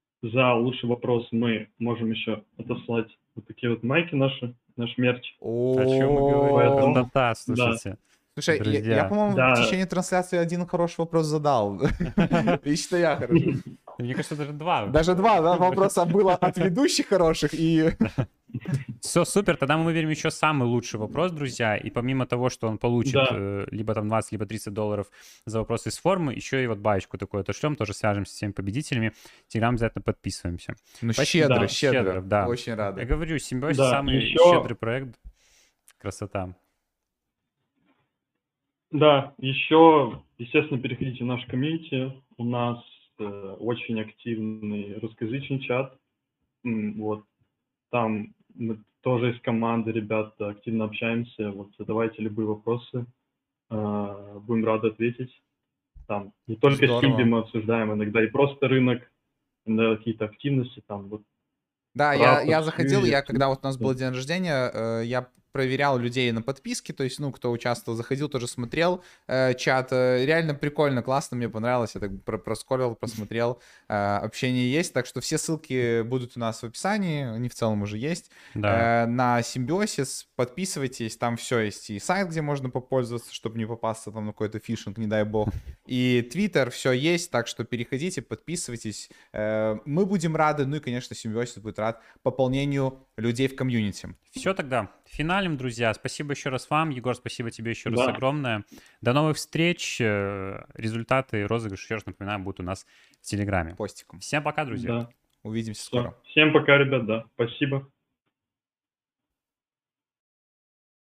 за лучший вопрос мы можем еще отослать вот такие вот майки наши, наш мерч. О чем мы говорим? Поэтому- Да-да, слушайте. Слушай, я- я, друзья. по-моему, Да. в течение трансляции один хороший вопрос задал. Лично я хорошо. Мне кажется, даже два. Даже два, да, вопроса было от ведущих хороших и... Все, супер. Тогда мы выберем еще самый лучший вопрос, друзья. И помимо того, что он получит Да. э, либо там двадцать, либо тридцать долларов за вопросы из формы, еще и вот баечку такую отошлем, тоже свяжемся с всеми победителями. Телеграм обязательно подписываемся. Ну, Спасибо. щедро, Да, щедро. щедро, да. Очень Я рады. говорю, Симбиозис Да, самый еще- щедрый проект. Красота. Да, еще, естественно, переходите в наш комьюнити. У нас э, очень активный русскоязычный чат. М, Вот. Там мы тоже из команды, ребята, активно общаемся. Вот задавайте любые вопросы. э, Будем рады ответить. Там не только Здорово. Симби мы обсуждаем, иногда и просто рынок, иногда какие-то активности там. Вот. Да, я, Рапорт, я заходил, Фьюри, я когда вот у нас да. был день рождения, э, я проверял людей на подписки, то есть, ну, кто участвовал, заходил, тоже смотрел э, чат. Э, реально прикольно, классно, мне понравилось, я так про проскорил, просмотрел, э, общение есть, так что все ссылки будут у нас в описании, они в целом уже есть. Да. Э, на Симбиосис подписывайтесь, там все есть, и сайт, где можно попользоваться, чтобы не попасться там на какой-то фишинг, не дай бог, и Твиттер, все есть, так что переходите, подписывайтесь, Э, мы будем рады, ну и, конечно, Симбиосис будет рад пополнению людей в комьюнити. Все тогда. Финалем, друзья. Спасибо еще раз вам. Егор, спасибо тебе еще раз Да. огромное. До новых встреч. Э, Результаты розыгрыша, еще раз напоминаю, будут у нас в Телеграме. Постиком. Всем пока, друзья. Да. Увидимся Всё. скоро. Всем пока, ребят, да. Спасибо.